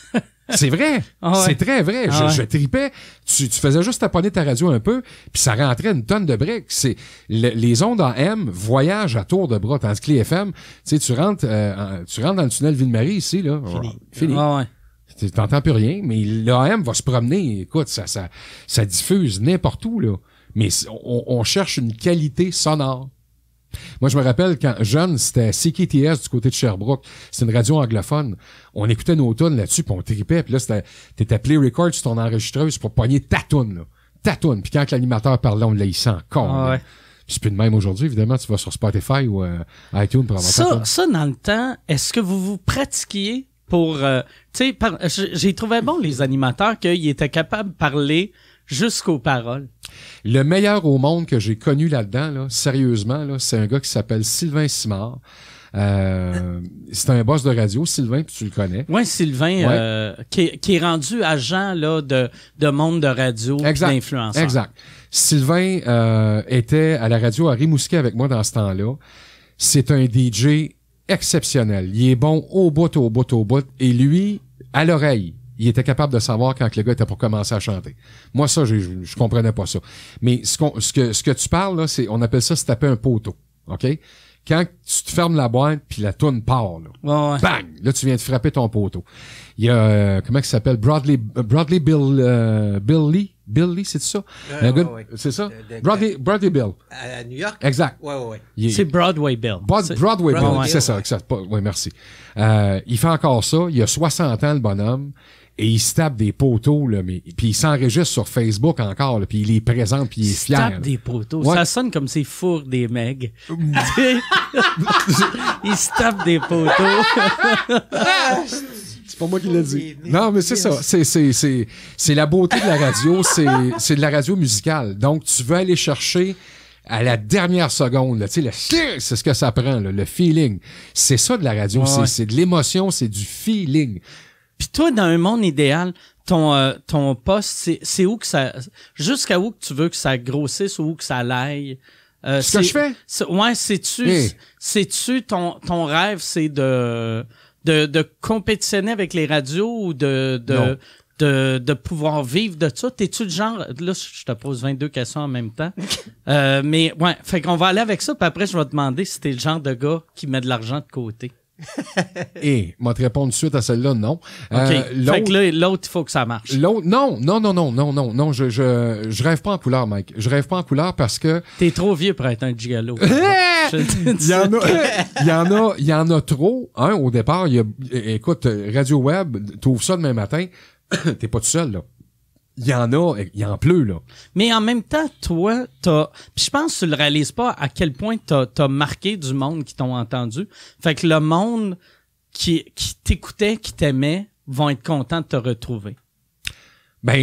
C'est vrai. Ah ouais. C'est très vrai. Ah je, ouais. je tripais. Tu, tu faisais juste taponner ta radio un peu, puis ça rentrait une tonne de breaks. C'est le- les ondes en M voyagent à tour de bras, tandis que les F M, tu sais, tu rentres, euh, en- tu rentres dans le tunnel Ville-Marie ici là, Fini. fini. Ah ouais. Tu t'entends plus rien, mais l'A M va se promener. Écoute, ça, ça, ça diffuse n'importe où là. Mais on, on cherche une qualité sonore. Moi, je me rappelle quand jeune, c'était C K T S du côté de Sherbrooke. C'est une radio anglophone. On écoutait nos tunes là-dessus, puis on tripait. Puis là, c'était, t'étais play record sur ton enregistreuse pour pogner ta tune, là. Ta tune. Puis quand l'animateur parlait, on l'haïssait encore. Ah là. ouais. Puis c'est plus de même aujourd'hui, évidemment. Tu vas sur Spotify ou euh, iTunes pour avoir ta Ça, tune. ça, dans le temps, est-ce que vous vous pratiquiez pour... euh, tu sais, par- j- j'ai trouvé bon, les animateurs, qu'ils étaient capables de parler jusqu'aux paroles. Le meilleur au monde que j'ai connu là-dedans, là, sérieusement, là, c'est un gars qui s'appelle Sylvain Simard. Euh, c'est un boss de radio, Sylvain, puis tu le connais. Ouais, Sylvain, Ouais. euh, qui, est, qui est rendu agent là, de, de monde de radio et Exact. d'influenceurs. Exact. Sylvain euh, était à la radio à Rimouski avec moi dans ce temps-là. C'est un D J exceptionnel. Il est bon au bout, au bout, au bout. Et lui, à l'oreille, il était capable de savoir quand le gars était pour commencer à chanter. Moi, ça, je, je, je comprenais pas ça. Mais ce, qu'on, ce, que, ce que tu parles, là, c'est, on appelle ça se taper un poteau. OK? Quand tu te fermes la boîte puis la toune part, là, Ouais, ouais. bang! Là, tu viens de frapper ton poteau. Il y a, euh, comment il s'appelle? Bradley, Bradley Bill, euh, Bill Lee? Bill Lee, c'est ça? Euh, Un gars- ouais, ouais. C'est ça? De- de- Bradley, Bradley Bill. À, à New York? Exact. Ouais, ouais, ouais. Il est- C'est Broadway Bill. Broad- C'est- Broadway Bill, Broadway c'est Bill, ça, ouais. exact. Oui, merci. Euh, il fait encore ça. Il a soixante ans, le bonhomme. Et il se tape des poteaux, là, mais, puis il s'enregistre sur Facebook encore, là, puis il les présente, puis il est Il se fier. tape là. des poteaux. Ouais. Ça sonne comme ses fours des megs. Il se tape des poteaux. C'est pas moi qui l'ai dit. Non, mais c'est ça. C'est, c'est, c'est, c'est la beauté de la radio. C'est, c'est de la radio musicale. Donc, tu veux aller chercher à la dernière seconde, là, tu sais, le c'est ce que ça prend, là, le feeling. C'est ça de la radio. Ouais, c'est, ouais. c'est de l'émotion, c'est du feeling. Puis toi, dans un monde idéal, ton euh, ton poste, c'est c'est où que ça, jusqu'à où que tu veux que ça grossisse ou où que ça l'aille. Euh, Ce que c'est- je fais? c'est- Ouais, c'est-tu, Hey. c'est-tu ton ton rêve, c'est de de de compétitionner avec les radios ou de de Non. de, de pouvoir vivre de ça? T'es-tu le genre... Là, je te pose vingt-deux questions en même temps. euh, mais ouais, fait qu'on va aller avec ça, puis après, je vais te demander si t'es le genre de gars qui met de l'argent de côté. Et, moi, te répondre tout de suite à celle-là, non. OK. Euh, fait l'autre- que là, l'autre, il faut que ça marche. L'autre, non, non, non, non, non, non, non, je, je, je rêve pas en couleur, Mike. Je rêve pas en couleur parce que T'es trop vieux pour être un gigolo. Je te dis il y en ça. a, il y en a, il y en a trop. Un, au départ, il y a, écoute, Radio Web, t'ouvres ça demain matin, t'es pas tout seul, là. Il y en a, il y en pleut, là. Mais en même temps, toi, t'as... Puis je pense que tu le réalises pas à quel point t'as, t'as marqué du monde qui t'ont entendu. Fait que le monde qui, qui t'écoutait, qui t'aimait, vont être contents de te retrouver. Ben,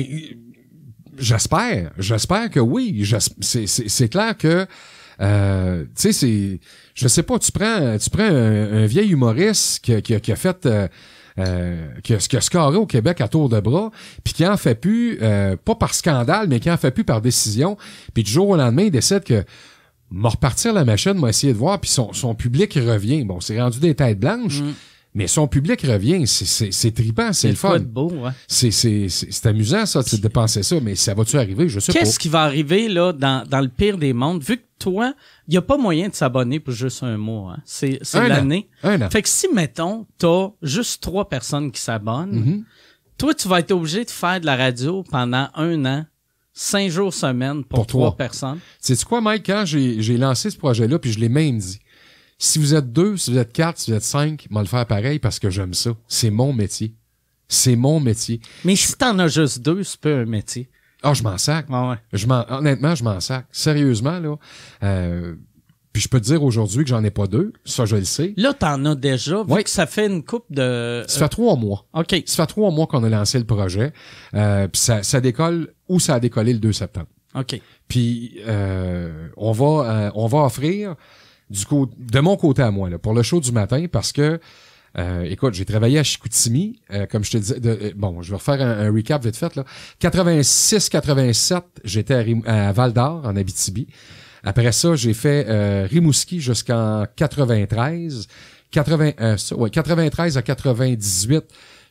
j'espère, j'espère que oui. J'es- C'est, c'est, c'est clair que, euh, tu sais, c'est, je sais pas, tu prends, tu prends un, un vieil humoriste qui, a- qui, a- qui a fait, euh, euh, qui, a, qui a scoré au Québec à tour de bras, puis qui en fait plus, euh, pas par scandale, mais qui en fait plus par décision, puis du jour au lendemain, il décide que m'a repartir la machine, m'a essayé de voir, puis son, son public revient. Bon, c'est rendu des têtes blanches, Mm. mais son public revient. C'est, c'est, c'est trippant, c'est le quoi fun. de beau, ouais. C'est, c'est, c'est, c'est amusant, ça, de de penser ça, mais ça va-tu arriver? Je sais pas. Qu'est-ce qui va arriver là dans, dans le pire des mondes? Vu que toi, il n'y a pas moyen de s'abonner pour juste un mois. Hein. C'est, c'est Un an. l'année. Un an. Fait que si, mettons, t'as juste trois personnes qui s'abonnent, Mhm. toi, tu vas être obligé de faire de la radio pendant un an, cinq jours semaine pour, Pour trois trois. personnes. Sais-tu quoi, Mike? Quand j'ai, j'ai lancé ce projet-là, puis je l'ai même dit, si vous êtes deux, si vous êtes quatre, si vous êtes cinq, moi le faire pareil parce que j'aime ça. C'est mon métier. C'est mon métier. Mais si t'en as juste deux, c'est pas un métier. Ah, je m'en sac. Ouais, ouais. Je m'en, honnêtement, je m'en sac. Sérieusement, là. Euh, puis je peux te dire aujourd'hui que j'en ai pas deux. Ça, je le sais. Là, t'en as déjà, vu Oui. que ça fait une coupe de... Ça fait trois mois. OK. Ça fait trois mois qu'on a lancé le projet. Euh, puis ça, ça décolle où ça a décollé le deux septembre. OK. Puis euh, on va euh, on va offrir du coup de mon côté à moi là pour le show du matin parce que euh, écoute, j'ai travaillé à Chicoutimi, euh, comme je te disais. De, euh, bon, je vais refaire un, un recap vite fait là. quatre-vingt-six quatre-vingt-sept, j'étais à, Rim- à Val-d'Or en Abitibi. Après ça, j'ai fait euh, Rimouski jusqu'en quatre-vingt-treize. quatre-vingts, euh, ça, ouais, quatre-vingt-treize à quatre-vingt-dix-huit.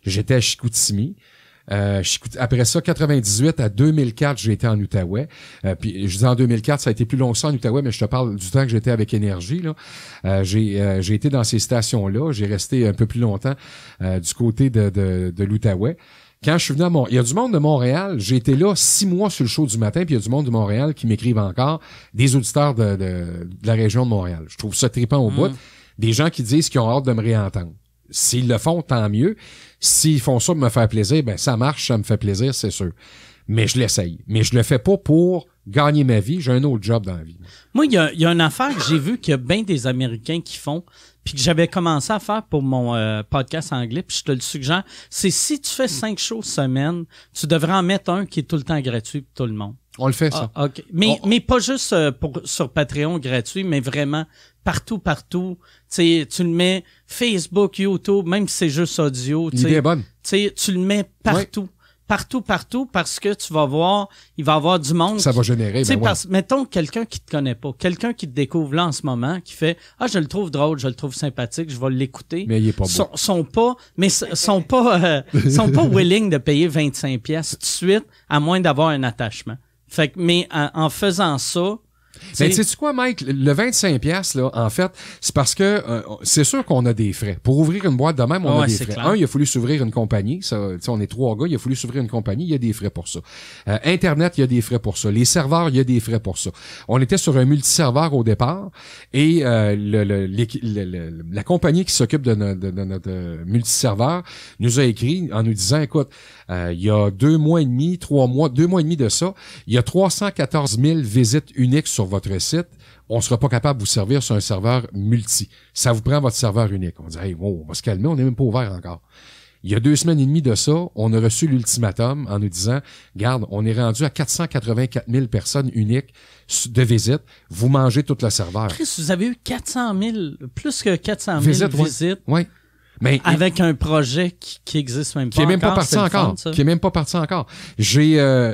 J'étais à Chicoutimi. Euh, après ça, quatre-vingt-dix-huit à deux mille quatre, j'ai été en Outaouais. Euh, puis je dis en deux mille quatre, ça a été plus long que ça en Outaouais, mais je te parle du temps que j'étais avec Énergie. Là. Euh, j'ai, euh, j'ai été dans ces stations-là. J'ai resté un peu plus longtemps euh, du côté de, de, de l'Outaouais. Quand je suis venu à Montréal, il y a du monde de Montréal. J'ai été là six mois sur le show du matin, puis il y a du monde de Montréal qui m'écrivent encore, des auditeurs de, de, de la région de Montréal. Je trouve ça trippant au mmh. bout. Des gens qui disent qu'ils ont hâte de me réentendre. S'ils le font, tant mieux. S'ils font ça pour me faire plaisir, ben ça marche, ça me fait plaisir, c'est sûr. Mais je l'essaye. Mais je le fais pas pour gagner ma vie. J'ai un autre job dans la vie. Moi, il y a, y a une affaire que j'ai vue qu'il y a bien des Américains qui font, puis que j'avais commencé à faire pour mon euh, podcast anglais, puis je te le suggère, c'est si tu fais cinq shows semaine, tu devrais en mettre un qui est tout le temps gratuit pour tout le monde. On le fait, ça. Ah, OK. Mais, On... mais pas juste euh, pour, sur Patreon gratuit, mais vraiment partout, partout. T'sais, tu le mets Facebook, YouTube, même si c'est juste audio. L'idée est bonne. T'sais, tu le mets partout. Oui. Partout, partout, parce que tu vas voir, il va y avoir du monde. Ça qui, va générer, ben parce, ouais. Mettons quelqu'un qui te connaît pas, quelqu'un qui te découvre là en ce moment, qui fait « Ah, je le trouve drôle, je le trouve sympathique, je vais l'écouter. » Mais il est pas beau. Sont, sont pas, mais sont pas, euh, sont pas willing de payer vingt-cinq piastres tout de suite, à moins d'avoir un attachement. Fait que, mais en, en faisant ça, mais tu sais quoi, Mike? Le vingt-cinq piastres, là, en fait, c'est parce que euh, c'est sûr qu'on a des frais. Pour ouvrir une boîte de même, on ouais, a des frais. Clair. Un, il a fallu s'ouvrir une compagnie. Ça, on est trois gars, il a fallu s'ouvrir une compagnie, il y a des frais pour ça. Euh, Internet, il y a des frais pour ça. Les serveurs, il y a des frais pour ça. On était sur un multiserveur au départ et euh, le, le, le, le, la compagnie qui s'occupe de, no, de, de notre multiserveur nous a écrit en nous disant, écoute, euh, il y a deux mois et demi, trois mois, deux mois et demi de ça, il y a trois cent quatorze mille visites uniques sur votre site, on sera pas capable de vous servir sur un serveur multi. Ça vous prend votre serveur unique. On dit, hey, wow, on va se calmer, on n'est même pas ouvert encore. Il y a deux semaines et demie de ça, on a reçu l'ultimatum en nous disant, garde, on est rendu à quatre cent quatre-vingt-quatre mille personnes uniques de visite. Vous mangez tout le serveur. Chris, vous avez eu quatre cent mille, plus que quatre cent mille Visite, visites. Oui. Ouais. Mais avec un projet qui, qui existe même pas qui est même encore, pas parti encore, fun, qui est même pas parti encore. J'ai euh,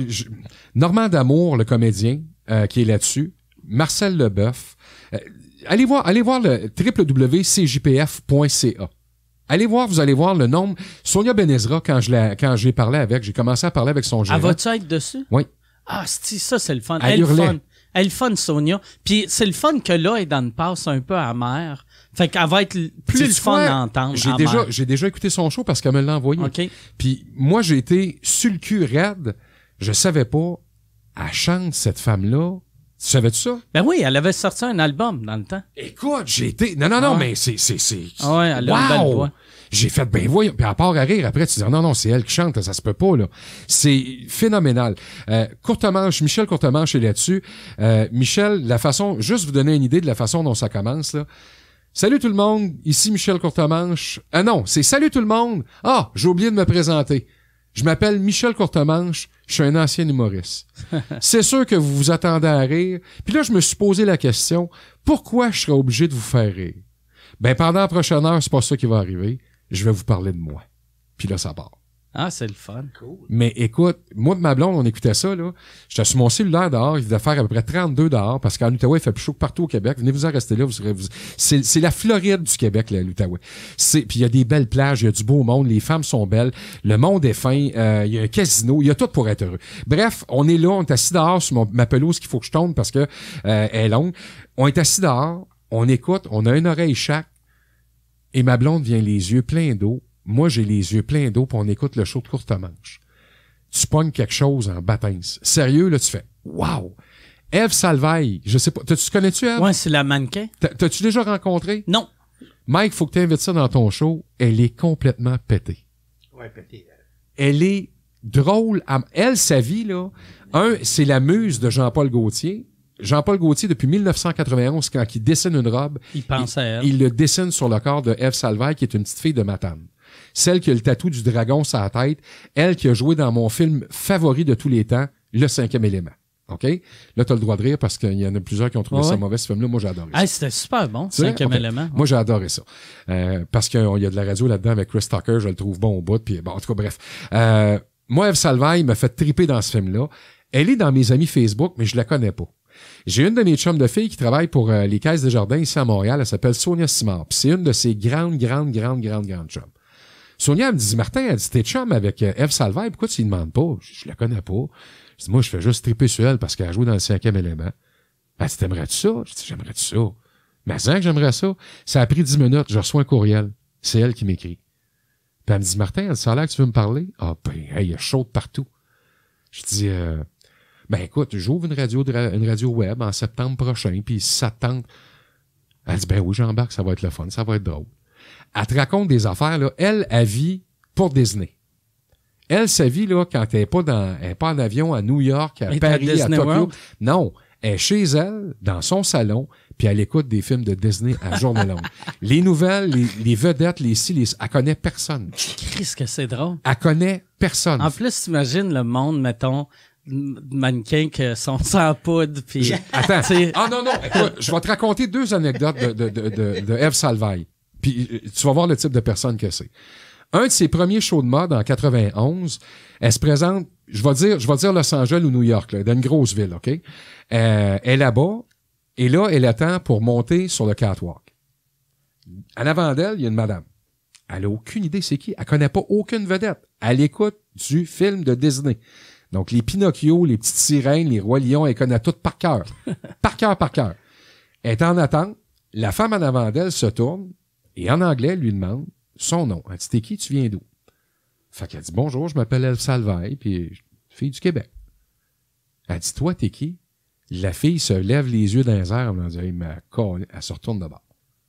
Normand D'Amour, le comédien, euh, qui est là-dessus, Marcel Leboeuf. Euh, allez voir, allez voir le w w w point c j p f point c a. Allez voir, vous allez voir le nombre. Sonia Benezra, quand je l'ai, quand j'ai parlé avec, j'ai commencé à parler avec son gérant. Elle va-tu être dessus? Oui. Ah, c'est, ça, c'est le fun. Elle, elle hurlait. Fun. Elle est fun, Sonia. Puis c'est le fun que là, elle est dans une passe un peu amère. Fait qu'elle va être plus le fun à entendre. J'ai déjà, j'ai déjà écouté son show parce qu'elle me l'a envoyé. Okay. Puis moi, j'ai été sur le cul raide. Je savais pas. Elle chante, cette femme-là. Tu savais-tu ça? Ben oui, elle avait sorti un album dans le temps. Écoute, j'ai été... Non, non, non, ouais. mais c'est... c'est, c'est... Ah ouais, elle a wow! une belle voix. J'ai fait, ben voyons, puis à part à rire, après, tu dis, non, non, c'est elle qui chante, ça se peut pas, là. C'est phénoménal. Euh, Courtemanche, Michel Courtemanche est là-dessus. Euh, Michel, la façon... Juste vous donner une idée de la façon dont ça commence, là. Salut tout le monde, ici Michel Courtemanche. Ah non, c'est salut tout le monde. Ah, j'ai oublié de me présenter. Je m'appelle Michel Courtemanche, je suis un ancien humoriste. C'est sûr que vous vous attendez à rire. Puis là, je me suis posé la question, pourquoi je serais obligé de vous faire rire? Ben, pendant la prochaine heure, c'est pas ça qui va arriver. Je vais vous parler de moi. Puis là, ça part. Ah, c'est le fun. Cool. Mais écoute, moi de ma blonde, on écoutait ça, là. J'étais sur mon cellulaire dehors, il devait faire à peu près trente-deux dehors, parce qu'en Outaouais, il fait plus chaud que partout au Québec. Venez vous en rester là, vous serez, vous... C'est, c'est la Floride du Québec, là, l'Outaouais. C'est, puis il y a des belles plages, il y a du beau monde, les femmes sont belles, le monde est fin, euh, il y a un casino, il y a tout pour être heureux. Bref, on est là, on est assis dehors sur mon, ma pelouse qu'il faut que je tourne parce que, euh, elle est longue. On est assis dehors, on écoute, on a une oreille chaque, et ma blonde vient les yeux pleins d'eau. Moi, j'ai les yeux pleins d'eau, puis on écoute le show de Courtemanche. Tu pognes quelque chose en baptême. Sérieux, là, tu fais « Wow! » Ève Salvaille, je sais pas, tu connais-tu Ève? Ouais, c'est la mannequin. T'as, t'as-tu déjà rencontré? Non. Mike, faut que tu invites ça dans ton show. Elle est complètement pétée. Ouais, pétée. Elle est drôle. À... Elle, sa vie, là, un, c'est la muse de Jean-Paul Gaultier. Jean-Paul Gaultier, depuis dix-neuf cent quatre-vingt-onze, quand il dessine une robe, il pense il, à elle. Il le dessine sur le corps de Ève Salvaille, qui est une petite fille de Matane. Celle qui a le tatou du dragon sur la tête, elle qui a joué dans mon film favori de tous les temps, Le Cinquième Élément. OK? Là, t'as le droit de rire parce qu'il y en a plusieurs qui ont trouvé ouais. ça mauvais, ce film-là. Moi, j'ai adoré ça. Ah, c'était super bon, Cinquième okay. Élément. Moi, j'ai adoré ça. Euh, parce qu'il y a de la radio là-dedans avec Chris Tucker, je le trouve bon au bout. Puis, bon, en tout cas, bref. Euh, moi, Ève Salvaille m'a fait triper dans ce film-là. Elle est dans mes amis Facebook, mais je la connais pas. J'ai une de mes chums de filles qui travaille pour euh, les Caisses des Jardins ici à Montréal. Elle s'appelle Sonia Simard. Puis c'est une de ses grandes, grandes, grandes, grandes, grandes chums. Sonia, elle me dit, Martin, elle dit, t'es chum avec euh, Eve Salvaire, pourquoi tu lui demandes pas? Je, je la connais pas. Je dis, moi, je fais juste triper sur elle parce qu'elle a joué dans le cinquième élément. Elle dit, t'aimerais-tu ça? Je dis, j'aimerais-tu ça? Mais c'est que j'aimerais ça. Ça a pris dix minutes, je reçois un courriel. C'est elle qui m'écrit. Puis elle me dit, Martin, elle dit, ça a l'air que tu veux me parler? Ah, ben, hey, il y a chaud de partout. Je dis, euh, ben écoute, j'ouvre une radio, de ra- une radio web en septembre prochain, puis si ça te tente. Elle dit, ben oui, j'embarque, ça va être le fun, ça va être drôle. Elle te raconte des affaires, là. Elle, elle vit pour Disney. Elle, sa vie, là, quand elle n'est pas dans, elle est pas en avion à New York, à Elle est Paris, à à, Disney Tokyo. World. Non. Elle est chez elle, dans son salon, puis elle écoute des films de Disney à journée longue. Les nouvelles, les, les vedettes, les ci, les elle connaît personne. Qu'est-ce que c'est drôle. Elle connaît personne. En plus, t'imagines le monde, mettons, mannequins qui sont sans poudre, puis... Attends. t'sais- Ah non, non, écoute, je vais te raconter deux anecdotes de, de, de, de, de Eve Salvaille. Puis euh, tu vas voir le type de personne que c'est. Un de ses premiers shows de mode en quatre-vingt-onze, elle se présente, je vais dire, je vais dire Los Angeles ou New York, là, dans une grosse ville, OK? Euh, elle est là-bas, et là, elle attend pour monter sur le catwalk. En avant d'elle, il y a une madame. Elle a aucune idée c'est qui. Elle connaît pas aucune vedette. Elle écoute du film de Disney. Donc, les Pinocchio, les petites sirènes, les rois lions, elle connaît toutes par cœur. Par cœur, par cœur. Elle est en attente. La femme en avant d'elle se tourne et en anglais, elle lui demande son nom. Elle dit, t'es qui, tu viens d'où? Fait qu'elle dit, bonjour, je m'appelle Eve Salvaille, puis je suis fille du Québec. Elle dit, toi, t'es qui? La fille se lève les yeux dans les airs, elle dit, hey, mais elle, elle se retourne de bord.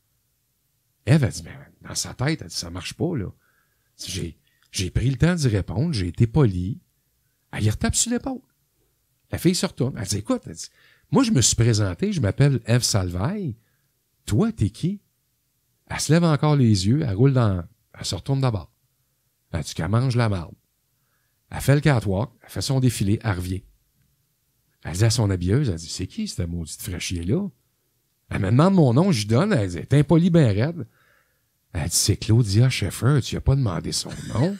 Eve, elle dit, mais dans sa tête, elle dit, ça marche pas, là. J'ai, j'ai pris le temps d'y répondre, j'ai été poli. Elle y retape sur l'épaule. La fille se retourne. Elle dit, écoute, elle dit, moi, je me suis présenté, je m'appelle Eve Salvaille. Toi, t'es qui? Elle se lève encore les yeux, elle roule dans, elle se retourne d'abord. Elle dit qu'elle mange la marde. Elle fait le catwalk, elle fait son défilé, elle revient. Elle dit à son habilleuse, elle dit, c'est qui cette maudite fraîchier-là? Elle me demande mon nom, je lui donne, elle dit, t'es impoli ben raide. Elle dit, c'est Claudia Schiffer, tu as pas demandé son nom?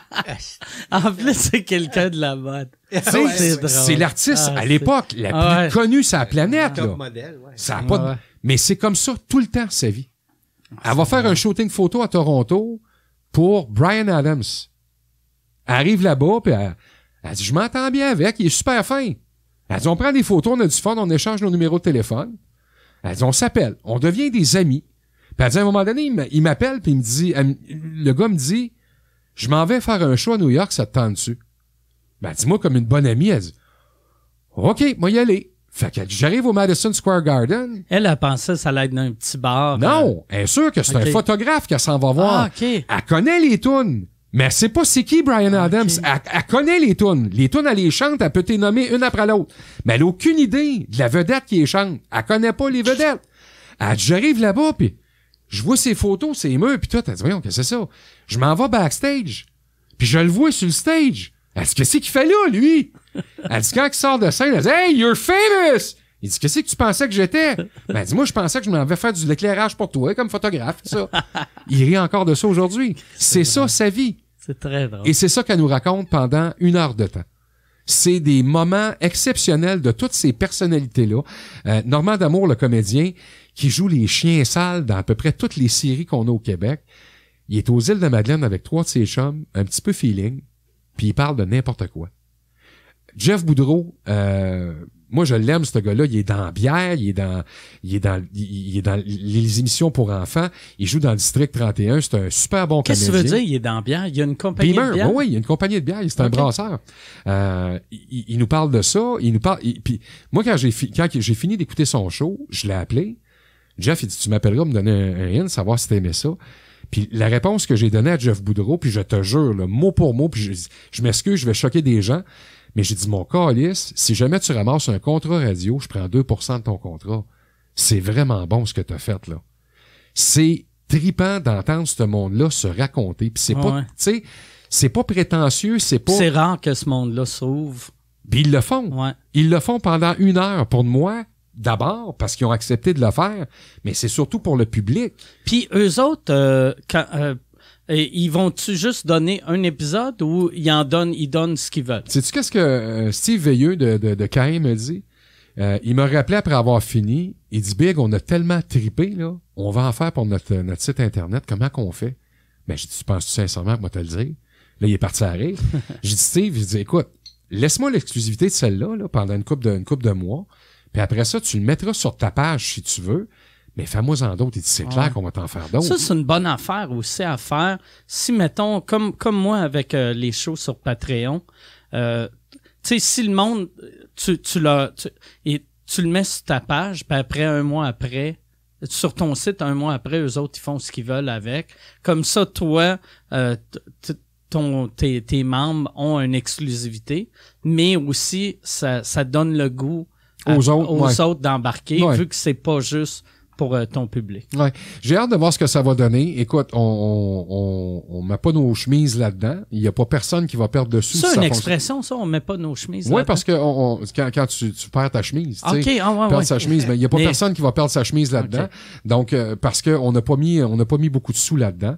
En plus, c'est quelqu'un de la mode. Tu sais, c'est drôle. c'est l'artiste Ah, à c'est- l'époque la plus Ah ouais. connue sur la planète. Top Là. modèle, ouais. Ça a pas de- Ouais, ouais. Mais c'est comme ça tout le temps, sa vie. Elle va faire un shooting photo à Toronto pour Bryan Adams. Elle arrive là-bas, puis elle, elle dit, je m'entends bien avec, il est super fin. Elle dit, on prend des photos, on a du fun, on échange nos numéros de téléphone. Elle dit, on s'appelle, on devient des amis. Puis elle dit, à un moment donné, il m'a- il m'appelle, puis il me dit, elle me- le gars me dit, je m'en vais faire un show à New York, ça te tente dessus. Ben, elle dit, moi, comme une bonne amie, elle dit, OK, moi y aller. Fait que j'arrive au Madison Square Garden. Elle a pensé que ça allait être dans un petit bar. Non, elle est sûre que c'est OK. un photographe qu'elle s'en va voir. Ah, OK. Elle connaît les tunes. Mais elle sait pas c'est qui Bryan Adams. Elle, elle connaît les tunes. Les tunes, elle les chante, elle peut t'y nommer une après l'autre. Mais elle a aucune idée de la vedette qui les chante. Elle connaît pas les vedettes. Elle dit, j'arrive là-bas, puis je vois ses photos, ses murs, puis tout. Elle dit, voyons, qu'est-ce que c'est ça? Je m'en vais backstage. Puis je le vois sur le stage. Elle dit, qu'est-ce qu'il fait là, lui? Elle dit, quand il sort de scène, elle dit, hey, you're famous! Il dit, qu'est-ce que tu pensais que j'étais? Ben, elle dit, moi, je pensais que je m'en vais faire de l'éclairage pour toi, comme photographe, ça. Il rit encore de ça aujourd'hui. C'est ça, sa vie. C'est très drôle. Et c'est ça qu'elle nous raconte pendant une heure de temps. C'est des moments exceptionnels de toutes ces personnalités-là. Euh, Normand D'Amour, le comédien, qui joue les chiens sales dans à peu près toutes les séries qu'on a au Québec. Il est aux Îles-de-Madeleine avec trois de ses chums, un petit peu feeling, puis il parle de n'importe quoi. Jeff Boudreau, euh, moi je l'aime, ce gars-là, il est dans Bière, il est dans il est dans il est dans les émissions pour enfants, il joue dans le District trente et un, c'est un super bon Qu'est-ce que comédien. tu veux dire? Il est dans bière. Il y a une compagnie Beamer, de bière. oui, oui, il y a une compagnie de bière, c'est un Ok. brasseur. Euh, il, il nous parle de ça, il nous parle. il- Puis moi, quand j'ai fi- quand j'ai fini d'écouter son show, je l'ai appelé. Jeff, il dit, tu m'appelleras me donner un, un hint, savoir si t'aimais ça. Puis la réponse que j'ai donnée à Jeff Boudreau, puis je te jure, là, mot pour mot, puis je, je m'excuse, je vais choquer des gens, mais j'ai dit, mon calice, si jamais tu ramasses un contrat radio, je prends deux pour cent de ton contrat. C'est vraiment bon ce que tu as fait, là. C'est tripant d'entendre ce monde-là se raconter. Puis c'est Ouais, pas, ouais. tu sais, c'est pas prétentieux, c'est pas... C'est rare que ce monde-là s'ouvre. Puis ils le font. Ouais. Ils le font pendant une heure. Pour moi, d'abord, parce qu'ils ont accepté de le faire, mais c'est surtout pour le public. Puis eux autres, euh, quand, euh, et ils vont-tu juste donner un épisode ou ils en donnent, ils donnent ce qu'ils veulent? Sais-tu qu'est-ce que euh, Steve Veilleux de, de, de Caïn me dit? Euh, il m'a rappelé après avoir fini. Il dit, Big, on a tellement tripé, là. On va en faire pour notre, notre site Internet. Comment qu'on fait? Ben, j'ai dit, tu penses-tu sincèrement que moi te le dire? Là, il est parti à rire. J'ai dit, Steve, j'ai dit, écoute, laisse-moi l'exclusivité de celle-là, là, pendant une couple de, une couple de mois. Puis après ça, tu le mettras sur ta page si tu veux. Mais fais-moi-en d'autres. Il dit, c'est clair Ouais. qu'on va t'en faire d'autres. Ça, c'est une bonne affaire aussi à faire. Si, mettons, comme, comme moi avec euh, les shows sur Patreon, euh, tu sais, si le monde, tu, tu, l'as, tu, et tu le mets sur ta page, puis après, un mois après, sur ton site, un mois après, eux autres, ils font ce qu'ils veulent avec. Comme ça, toi, euh, t- ton, tes, tes membres ont une exclusivité, mais aussi, ça, ça donne le goût à- Aux autres, aux ouais. autres d'embarquer, Ouais. vu que c'est pas juste pour euh, ton public. Ouais. J'ai hâte de voir ce que ça va donner. Écoute, on on, on, on met pas nos chemises là-dedans. Il y a pas personne qui va perdre dessus. C'est si une ça expression, ça, on met pas nos chemises Oui, là-dedans. parce que on, on- quand, quand tu, tu perds ta chemise, tu sais, OK, ah ouais, perdre ouais. sa chemise, mais il y a pas Mais- personne qui va perdre sa chemise là-dedans. OK. Donc, euh, parce qu'on n'a pas mis, on n'a pas mis beaucoup de sous là-dedans.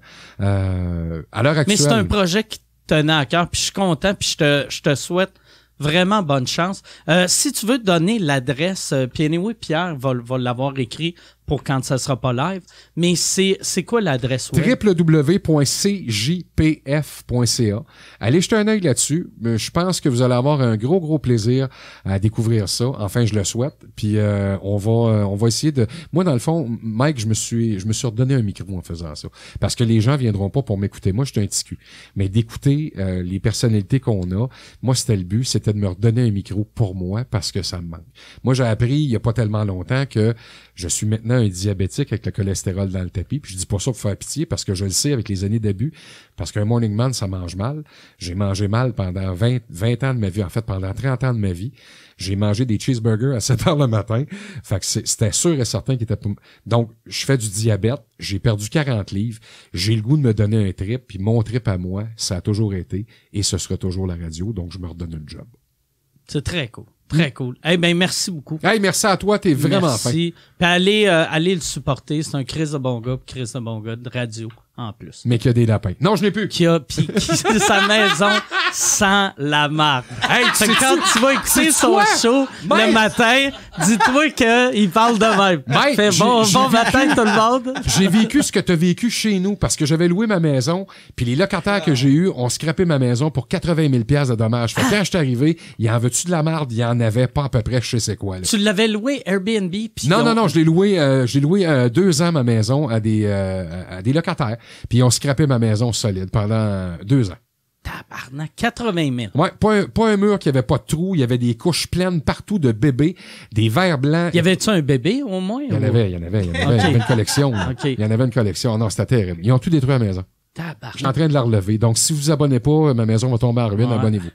Euh, à l'heure Mais actuelle. c'est un projet qui te tenait à cœur, puis je suis content, puis je te, je te souhaite vraiment bonne chance. Euh, si tu veux donner l'adresse, euh, puis anyway, Pierre va, va l'avoir écrit pour quand ça sera pas live, mais c'est, c'est quoi l'adresse web? w w w point c j p f point c a. Allez jeter un œil là-dessus. Euh, Je pense que vous allez avoir un gros, gros plaisir à découvrir ça. Enfin, je le souhaite. Puis euh, on va euh, on va essayer de... Moi, dans le fond, Mike, je me suis je me suis redonné un micro en faisant ça. Parce que les gens viendront pas pour m'écouter. Moi, je suis un petit cul. Mais d'écouter euh, les personnalités qu'on a, moi, c'était le but, c'était de me redonner un micro pour moi parce que ça me manque. Moi, j'ai appris il y a pas tellement longtemps que je suis maintenant un diabétique avec le cholestérol dans le tapis. Puis je dis pas ça pour faire pitié parce que je le sais avec les années d'abus. Parce qu'un morning man, ça mange mal. J'ai mangé mal pendant vingt, vingt ans de ma vie. En fait, pendant trente ans de ma vie. J'ai mangé des cheeseburgers à sept heures le matin. Fait que c'est- c'était sûr et certain qu'il était pour... Donc, je fais du diabète. J'ai perdu quarante livres. J'ai le goût de me donner un trip. Puis mon trip à moi, ça a toujours été. Et ce sera toujours la radio. Donc, je me redonne un job. C'est très cool. Très cool. Eh ben merci beaucoup. Hey, merci à toi. T'es vraiment fin. Merci. Puis allez, euh, allez le supporter. C'est un Chris de bon gars, puis Chris de bon gars de radio en plus. Mais qu'il y a des lapins. Non, je n'ai plus. Qui a, puis qui sa maison sans la marque. Hey, Fait que sais-tu- quand tu vas écouter sais-tu son quoi? show Mike! le matin, dis-toi qu'il parle de même. Mike, Fait j'ai- bon, j'ai bon vécu- matin tout le monde. J'ai vécu ce que tu as vécu chez nous parce que j'avais loué ma maison, puis les locataires que j'ai eus ont scrappé ma maison pour quatre-vingt mille dollars de dommages. Fait que quand je suis arrivé, il y en veux-tu de la marde? Il y en avait pas à peu près, je sais c'est quoi. Là. Tu l'avais loué Airbnb. Puis Non, ils non, ont- non, je l'ai loué, euh, j'ai loué euh, deux ans ma maison à des, euh, à des locataires, puis ils ont scrappé ma maison solide pendant euh, deux ans. Tabarnak, quatre-vingt mille. Ouais, pas un, pas un mur qui avait pas de trou, il y avait des couches pleines partout de bébés, des verres blancs. Y avait-tu un bébé au moins? Il y en avait, il y en avait, il y en avait, il y avait une collection. là. OK. Il y en avait une collection. Non, c'était terrible. Ils ont tout détruit à la maison. Je suis en Tabarnak. train de la relever. Donc, si vous vous abonnez pas, ma maison va tomber en ruine. Ouais. Abonnez-vous.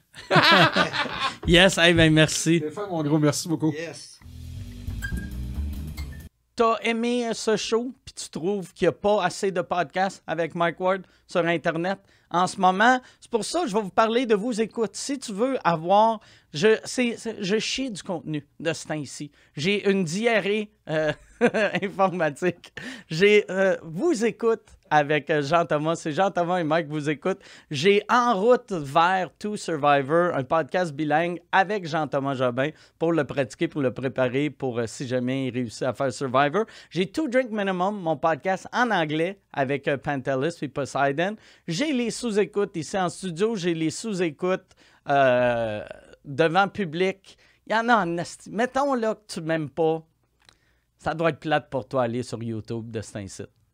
Yes, eh ben merci. Stéphane, mon gros, merci beaucoup. Yes. T'as aimé euh, ce show, puis tu trouves qu'il n'y a pas assez de podcasts avec Mike Ward sur Internet en ce moment. C'est pour ça que je vais vous parler de vos écoutes. Si tu veux avoir... Je, c'est, c'est- je chie du contenu de ce temps-ci. J'ai une diarrhée euh, informatique. J'ai euh, vous écoute avec euh, Jean-Thomas. C'est Jean-Thomas et Mike vous écoutent. J'ai En route vers To Survivor, un podcast bilingue avec Jean-Thomas Jobin pour le pratiquer, pour le préparer, pour euh, si jamais il réussit à faire Survivor. J'ai Two Drink Minimum, mon podcast en anglais avec euh, Pantelis et Poseidon. J'ai les sous-écoutes ici en studio. J'ai les sous-écoutes euh, devant public. Il y en a en esti. Mettons là que tu m'aimes pas. Ça doit être plate pour toi aller sur YouTube de cet incite.